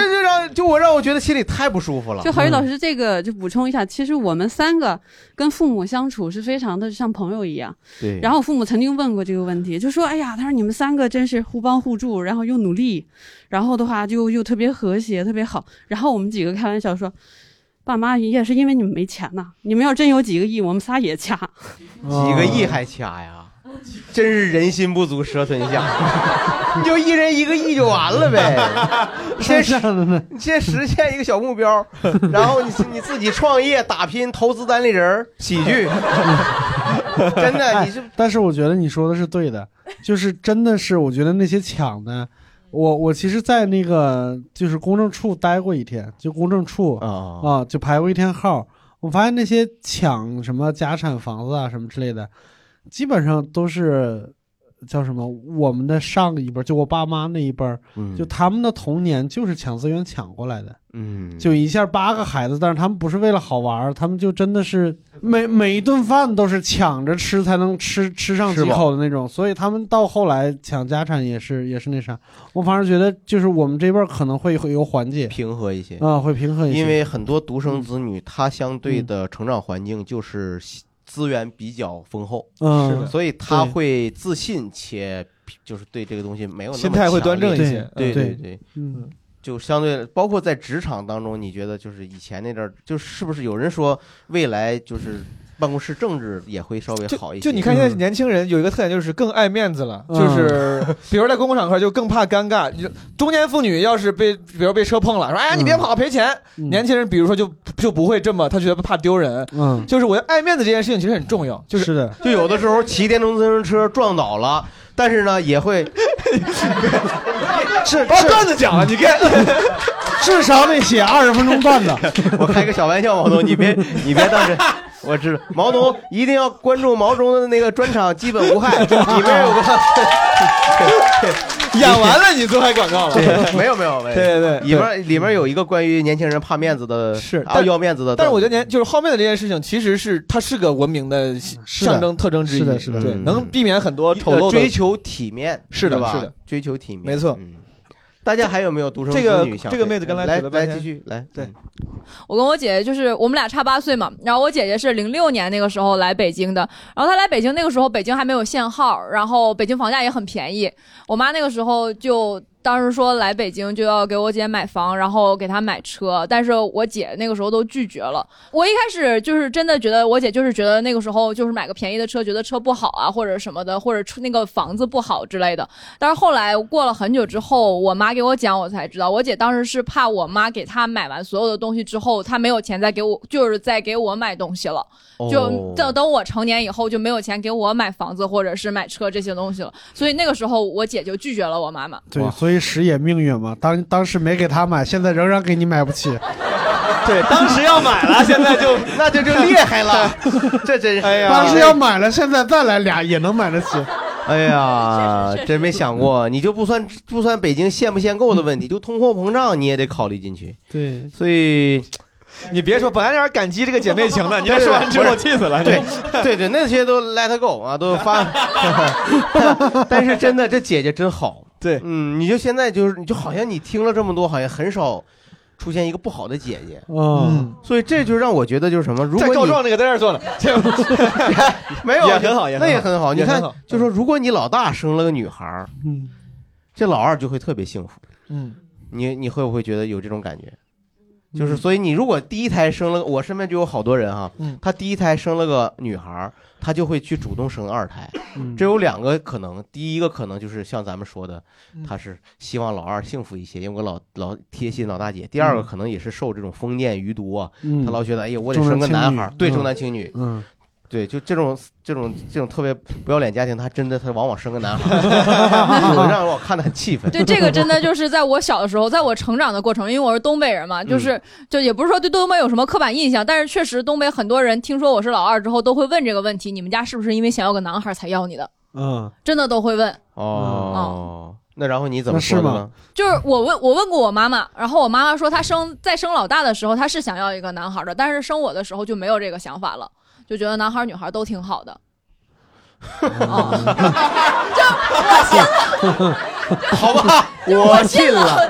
太就我让我觉得心里太不舒服了。 就郝宇老师这个就补充一下，其实我们三个跟父母相处是非常的像朋友一样。 对。 然后我父母曾经问过这个问题，就说：“哎呀，他说你们三个真是互帮互助，然后又努力，然后的话就又特别和谐，特别好。”然后我们几个开玩笑说：“爸妈也是因为你们没钱呐，你们要真有几个亿，我们仨也掐。” 几个亿还掐呀？真是人心不足蛇吞象，你就一人一个亿就完了呗。先你先实现一个小目标，然后你你自己创业打拼，投资单立人喜剧。真的，你是。 但是我觉得你说的是对的，就是真的是，我觉得那些抢的，我我其实，在那个就是公证处待过一天，就公证处啊、 哦啊，就排过一天号。我发现那些抢什么家产房子啊什么之类的。基本上都是叫什么？我们的上一辈，就我爸妈那一辈，嗯，就他们的童年就是抢资源抢过来的， 嗯， 就一下八个孩子，但是他们不是为了好玩，他们就真的是每每一顿饭都是抢着吃才能吃吃上几口的那种，所以他们到后来抢家产也是也是那啥。我反而觉得就是我们这辈可能会会有缓解， 平和一些啊，会平和一些， 因为很多独生子女，嗯、他相对的成长环境就是资源比较丰厚， 嗯， 是的，所以他会自信且就是对这个东西没有那么心态会端正一些， 对对对, 对， 嗯， 就相对包括在职场当中，你觉得就是以前那阵儿，就是不是有人说未来就是办公室政治也会稍微好一些？ 就, 就你看现在年轻人有一个特点，就是更爱面子了，嗯、就是比如在公共场合就更怕尴尬。中年妇女要是被比如被车碰了，说哎呀你别跑赔钱，嗯、年轻人比如说就就不会这么，他觉得怕丢人。嗯，就是我爱面子这件事情其实很重要。就是是的， 就有的时候骑电动自行车撞倒了，但是呢也会是把段子讲了，你看。 至少得写二十分钟段子。 我开个小玩笑，毛东，你别你别当真。我知道毛东一定要关注毛东的那个专场《基本无害》，里面有个演完了你做开广告了。 没有没有没有， 对对对， 里面里面有一个关于年轻人怕面子的， 是啊要面子的。 但是我觉得年就是好面子这件事情，其实是它是个文明的象征特征之一， 是的是的， 对，能避免很多丑陋的追求体面， 是的吧？ 是的， 追求体面， 没错。 大家还有没有独生子女想？ 这个这个妹子刚才来来继续来， 对。 我跟我姐姐就是我们俩差八岁嘛，然后我姐姐是零六年那个时候来北京的，然后她来北京那个时候北京还没有限号，然后北京房价也很便宜，我妈那个时候就当时说来北京就要给我姐买房，然后给她买车，但是我姐那个时候都拒绝了。我一开始就是真的觉得我姐就是觉得那个时候就是买个便宜的车，觉得车不好啊或者什么的，或者那个房子不好之类的。但是后来过了很久之后，我妈给我讲，我才知道我姐当时是怕我妈给她买完所有的东西之后，她没有钱再给我，就是再给我买东西了。就等等我成年以后就没有钱给我买房子或者是买车这些东西了，所以那个时候我姐就拒绝了我妈妈。 对，所以时也命运嘛，当当时没给她买，现在仍然给你买不起。 对，当时要买了，现在就那就就厉害了，这真是。 哎呀，当时要买了，现在再来俩也能买得起。 哎呀，真没想过，你就不算不算北京限不限购的问题，就通货膨胀你也得考虑进去。 对， 所以。 你别说，本来有点感激这个姐妹情的，你说完之后气死了。 对对对，那些都 let go 啊，都发。但是真的，这姐姐真好。 对， 嗯，你就现在就是，你就好像你听了这么多，好像很少出现一个不好的姐姐。 嗯， 所以这就让我觉得就是什么，如果在告状那个在这儿坐呢， 没有也很好， 那也很好。你看，就说嗯如果你老大生了个女孩， 嗯， 这老二就会特别幸福。 嗯， 你你会不会觉得有这种感觉？就是，所以你如果第一胎生了，我身边就有好多人哈， 嗯， 他第一胎生了个女孩，他就会去主动生二胎， 嗯， 这有两个可能，第一个可能就是像咱们说的，他是希望老二幸福一些，有个老老贴心老大姐；第二个可能也是受这种封建余毒啊， 嗯， 他老觉得哎呀，我得生个男孩，对，重男轻女， 嗯。 对，就这种这种这种特别不要脸家庭，他真的他往往生个男孩，我让我看得很气愤。 对，这个真的就是在我小的时候，在我成长的过程，因为我是东北人嘛，就是就也不是说对东北有什么刻板印象，但是确实东北很多人听说我是老二之后，都会问这个问题：你们家是不是因为想要个男孩才要你的？ 嗯， 真的都会问。 哦，那然后你怎么说呢？ 就是我问我问过我妈妈，然后我妈妈说她生在生老大的时候，她是想要一个男孩的，但是生我的时候就没有这个想法了。就觉得男孩女孩都挺好的，哦、就我信了， 好吧， 我信了，对我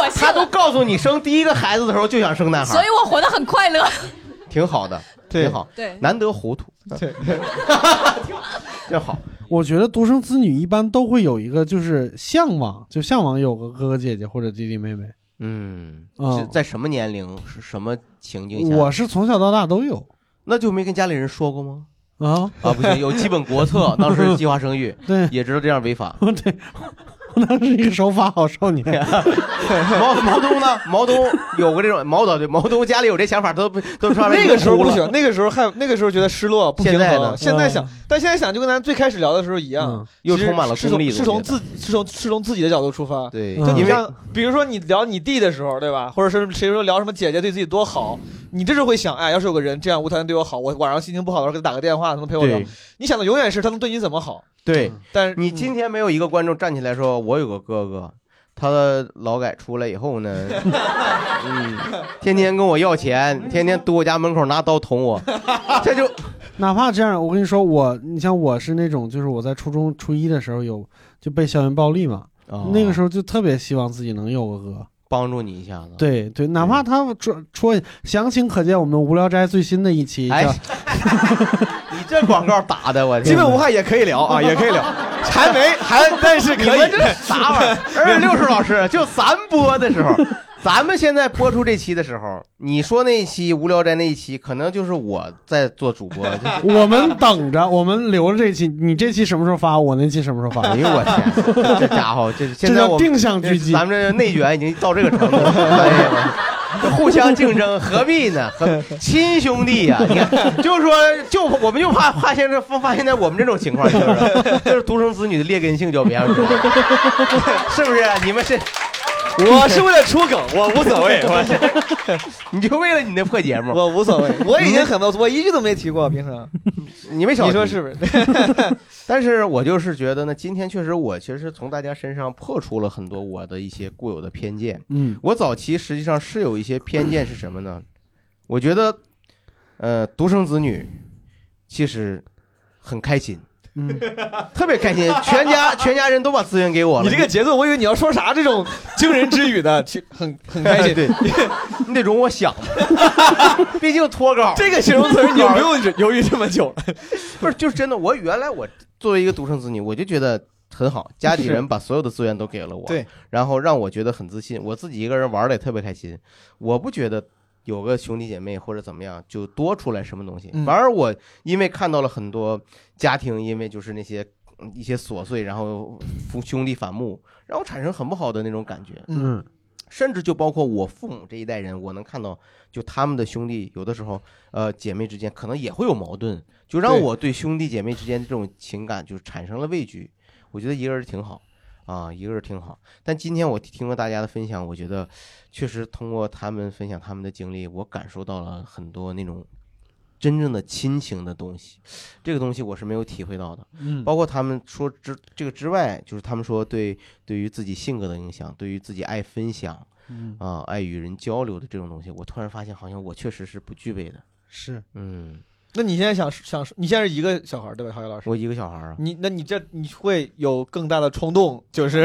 他都告诉你生第一个孩子的时候就想生男孩， 所以我活得很快乐， 挺好的，挺好， 对， 难得糊涂， 对， 真好。 我觉得独生子女一般都会有一个就是向往，就向往有个哥哥姐姐或者弟弟妹妹。 嗯， 嗯是在什么年龄是什么情境下？ 我是从小到大都有， 那就没跟家里人说过吗？ 啊啊，不行，有基本国策，当时计划生育， 对， 也知道这样违法。 对，我当时一个守法好少年。 毛毛东呢？毛东有过这种毛导对毛东家里有这想法，都都上那个时候不行，那个时候还那个时候觉得失落不平衡。现在想，但现在想就跟咱最开始聊的时候一样， 又充满了功利， 是从自是从是从自己的角度出发。 对， 就你像比如说你聊你弟的时候，对吧？或者是谁说聊什么姐姐对自己多好，你这时候会想，哎，要是有个人这样无条件对我好，我晚上心情不好的时候给他打个电话，他能陪我聊。你想的永远是他能对你怎么好。 对， 但是你今天没有一个观众站起来说，我有个哥哥。他的劳改出来以后呢，嗯，天天跟我要钱，天天堵我家门口拿刀捅我，这就哪怕这样，我跟你说，我你像我是那种，就是我在初中初一的时候有就被校园暴力嘛，哦、那个时候就特别希望自己能有个哥。 帮助你一下子， 对对，哪怕他说说详情可见我们无聊斋最新的一期。 哎，你这广告打的，我基本无害也可以聊啊，也可以聊，还没还但是可以。 你们这啥玩意儿？而且六叔老师，就咱播的时候，咱们现在播出这期的时候，你说那一期无聊斋那一期，可能就是我在做主播。 我们等着，我们留着这期，你这期什么时候发？我那期什么时候发？ 哎呦我天，这家伙，这现在我定向狙击， 咱们这内卷已经到这个程度了。哎呀，互相竞争，何必呢？和亲兄弟呀、啊，你看，就是说，就我们就怕怕现在发现在我们这种情况，是不是？这是独生子女的劣根性，叫别人说，是不是？你们是。 我是为了出梗，我无所谓。我你就为了你那破节目， 我无所谓。我已经很多，我一句都没提过。平常你没少提， 你说是不是？ 但是我就是觉得呢，今天确实我其实从大家身上破除了很多我的一些固有的偏见。 嗯， 我早期实际上是有一些偏见，是什么呢？我觉得，呃，独生子女其实很开心。嗯，特别开心，全家全家人都把资源给我了。 你这个节奏，我以为你要说啥这种惊人之语的，很很开心。 对，你得容我想，毕竟脱稿这个形容词你不用犹豫这么久了。 不是，就是真的。我原来我作为一个独生子女，我就觉得很好，家里人把所有的资源都给了我， 对， 然后让我觉得很自信，我自己一个人玩的也特别开心。我不觉得有个兄弟姐妹或者怎么样就多出来什么东西，反而我因为看到了很多家庭因为就是那些一些琐碎，然后兄弟反目，让我产生很不好的那种感觉。 嗯， 甚至就包括我父母这一代人，我能看到就他们的兄弟有的时候呃姐妹之间可能也会有矛盾，就让我对兄弟姐妹之间这种情感就产生了畏惧。我觉得一个人挺好啊，一个人挺好。但今天我听了大家的分享，我觉得确实通过他们分享他们的经历，我感受到了很多那种真正的亲情的东西。这个东西我是没有体会到的。 嗯， 包括他们说之这个之外，就是他们说对对于自己性格的影响，对于自己爱分享， 嗯啊，爱与人交流的这种东西，我突然发现好像我确实是不具备的。 是， 嗯。 那你现在想想，你现在是一个小孩对吧，郝宇老师？ 我一个小孩啊。 你那你这你会有更大的冲动，就是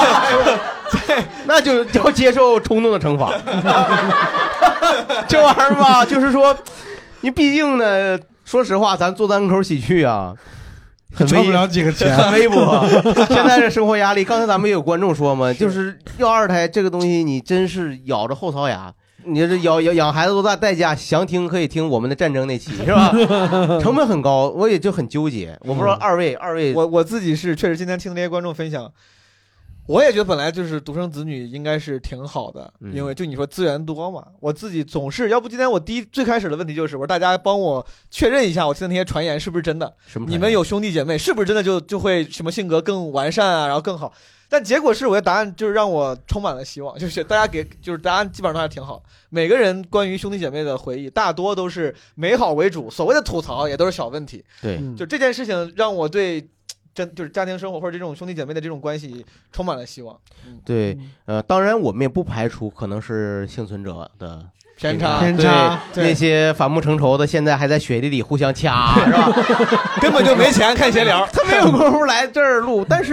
那就要接受冲动的惩罚。这玩意儿吧，就是说，你毕竟呢，说实话，咱做单口喜剧啊，很赚不了几个钱， 很微薄。现在这生活压力，刚才咱们也有观众说嘛，就是要二胎这个东西，你真是咬着后槽牙。你这养养养孩子多大代价？详听可以听我们的战争那期，是吧？成本很高，我也就很纠结。我不知道二位，二位， 我我自己是确实今天听那些观众分享，我也觉得本来就是独生子女应该是挺好的， 嗯、 因为就你说资源多嘛，我自己总是要不今天我第一最开始的问题就是，我说大家帮我确认一下，我听的那些传言是不是真的？ 什么？ 你们有兄弟姐妹，是不是真的就就会什么性格更完善啊，然后更好？但结果是我的答案就是让我充满了希望，就是大家给就是答案基本上都还挺好。每个人关于兄弟姐妹的回忆大多都是美好为主，所谓的吐槽也都是小问题。 对， 就这件事情让我对真就是家庭生活或者这种兄弟姐妹的这种关系充满了希望。 对，呃，当然我们也不排除可能是幸存者的偏差， 偏差， 对那些反目成仇的，现在还在雪地里互相掐，是吧？ 根本就没钱看闲聊， 他没有功夫来这儿录。但是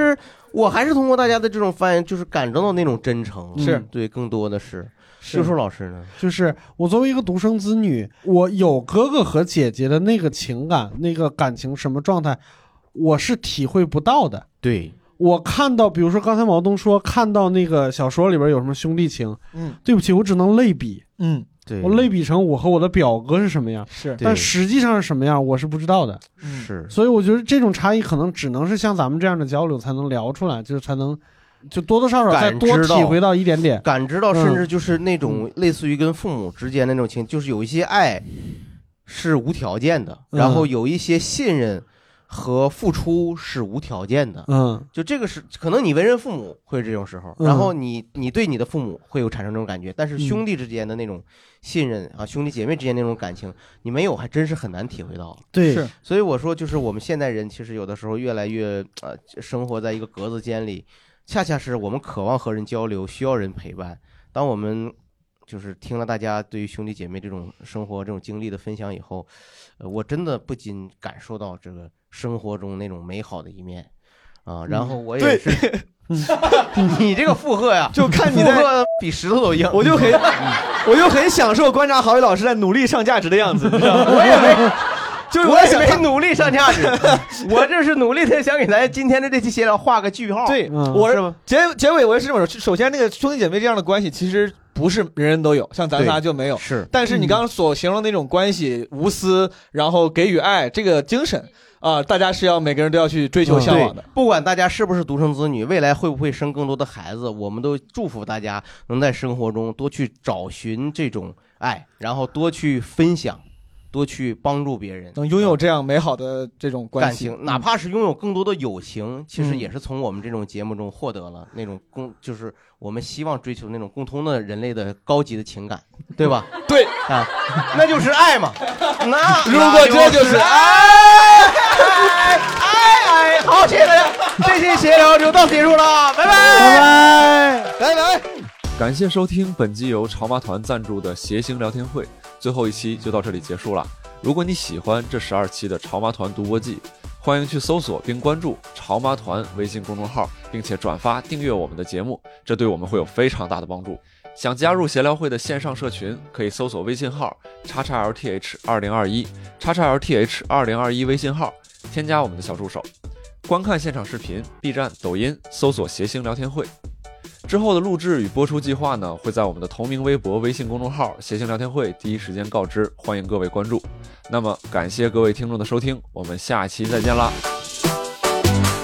我还是通过大家的这种发言，就是感受到那种真诚， 是对，更多的是。秀秀老师呢？ 就是我作为一个独生子女，我有哥哥和姐姐的那个情感、那个感情什么状态，我是体会不到的。 对， 我看到，比如说刚才毛东说看到那个小说里边有什么兄弟情， 嗯， 对不起，我只能类比， 嗯， 对， 我类比成我和我的表哥是什么样， 是， 但实际上是什么样，我是不知道的。 是， 所以我觉得这种差异可能只能是像咱们这样的交流才能聊出来，就是才能。就多多少少再多体会到一点点， 感知到，甚至就是那种类似于跟父母之间的那种情，就是有一些爱是无条件的， 嗯、 然后有一些信任和付出是无条件的。 嗯， 就这个是可能你为人父母会这种时候，然后你你对你的父母会有产生这种感觉，但是兄弟之间的那种信任啊，兄弟姐妹之间那种感情，你没有还真是很难体会到。 对， 是。所以我说，就是我们现代人其实有的时候越来越呃生活在一个格子间里。恰恰是我们渴望和人交流，需要人陪伴。当我们就是听了大家对于兄弟姐妹这种生活、这种经历的分享以后，呃，我真的不禁感受到这个生活中那种美好的一面啊。然后我也是，嗯、你这个附和呀， 就看你在比石头都硬， 我就很，我就很享受观察郝宇老师在努力上价值的样子，你知道吗？ 我也没。 就是我也没努力上价值，我这是努力的想给咱今天的这期闲聊画个句号。 对， 嗯、 我是结结尾我也是这么说。首先，那个兄弟姐妹这样的关系其实不是人人都有，像咱仨就没有。 是， 但是你刚刚所形容的那种关系，无私，然后给予爱，这个精神啊、呃，大家是要每个人都要去追求向往的。 嗯、不管大家是不是独生子女，未来会不会生更多的孩子，我们都祝福大家能在生活中多去找寻这种爱，然后多去分享。多去帮助别人， 能拥有这样美好的这种关系， 感情，哪怕是拥有更多的友情，其实也是从我们这种节目中获得了那种共，就是我们希望追求那种共通的人类的高级的情感，对吧？ 对啊，那就是爱嘛。那如果这就是爱，爱爱，好，谢谢大家，这期闲聊就到此结束了，拜拜， 拜拜， 拜拜。 感谢收听本期由潮妈团赞助的谐星聊天会，最后一期就到这里结束了。如果你喜欢这十二期的潮妈团独播季，欢迎去搜索并关注潮妈团微信公众号，并且转发订阅我们的节目，这对我们会有非常大的帮助。想加入闲聊会的线上社群，可以搜索微信号叉叉 L T H 二零二一叉叉 L T H 二零二一微信号，添加我们的小助手。观看现场视频 B 站、抖音搜索谐星聊天会。之后的录制与播出计划呢，会在我们的同名微博、微信公众号“谐星聊天会”第一时间告知，欢迎各位关注。那么，感谢各位听众的收听，我们下期再见啦！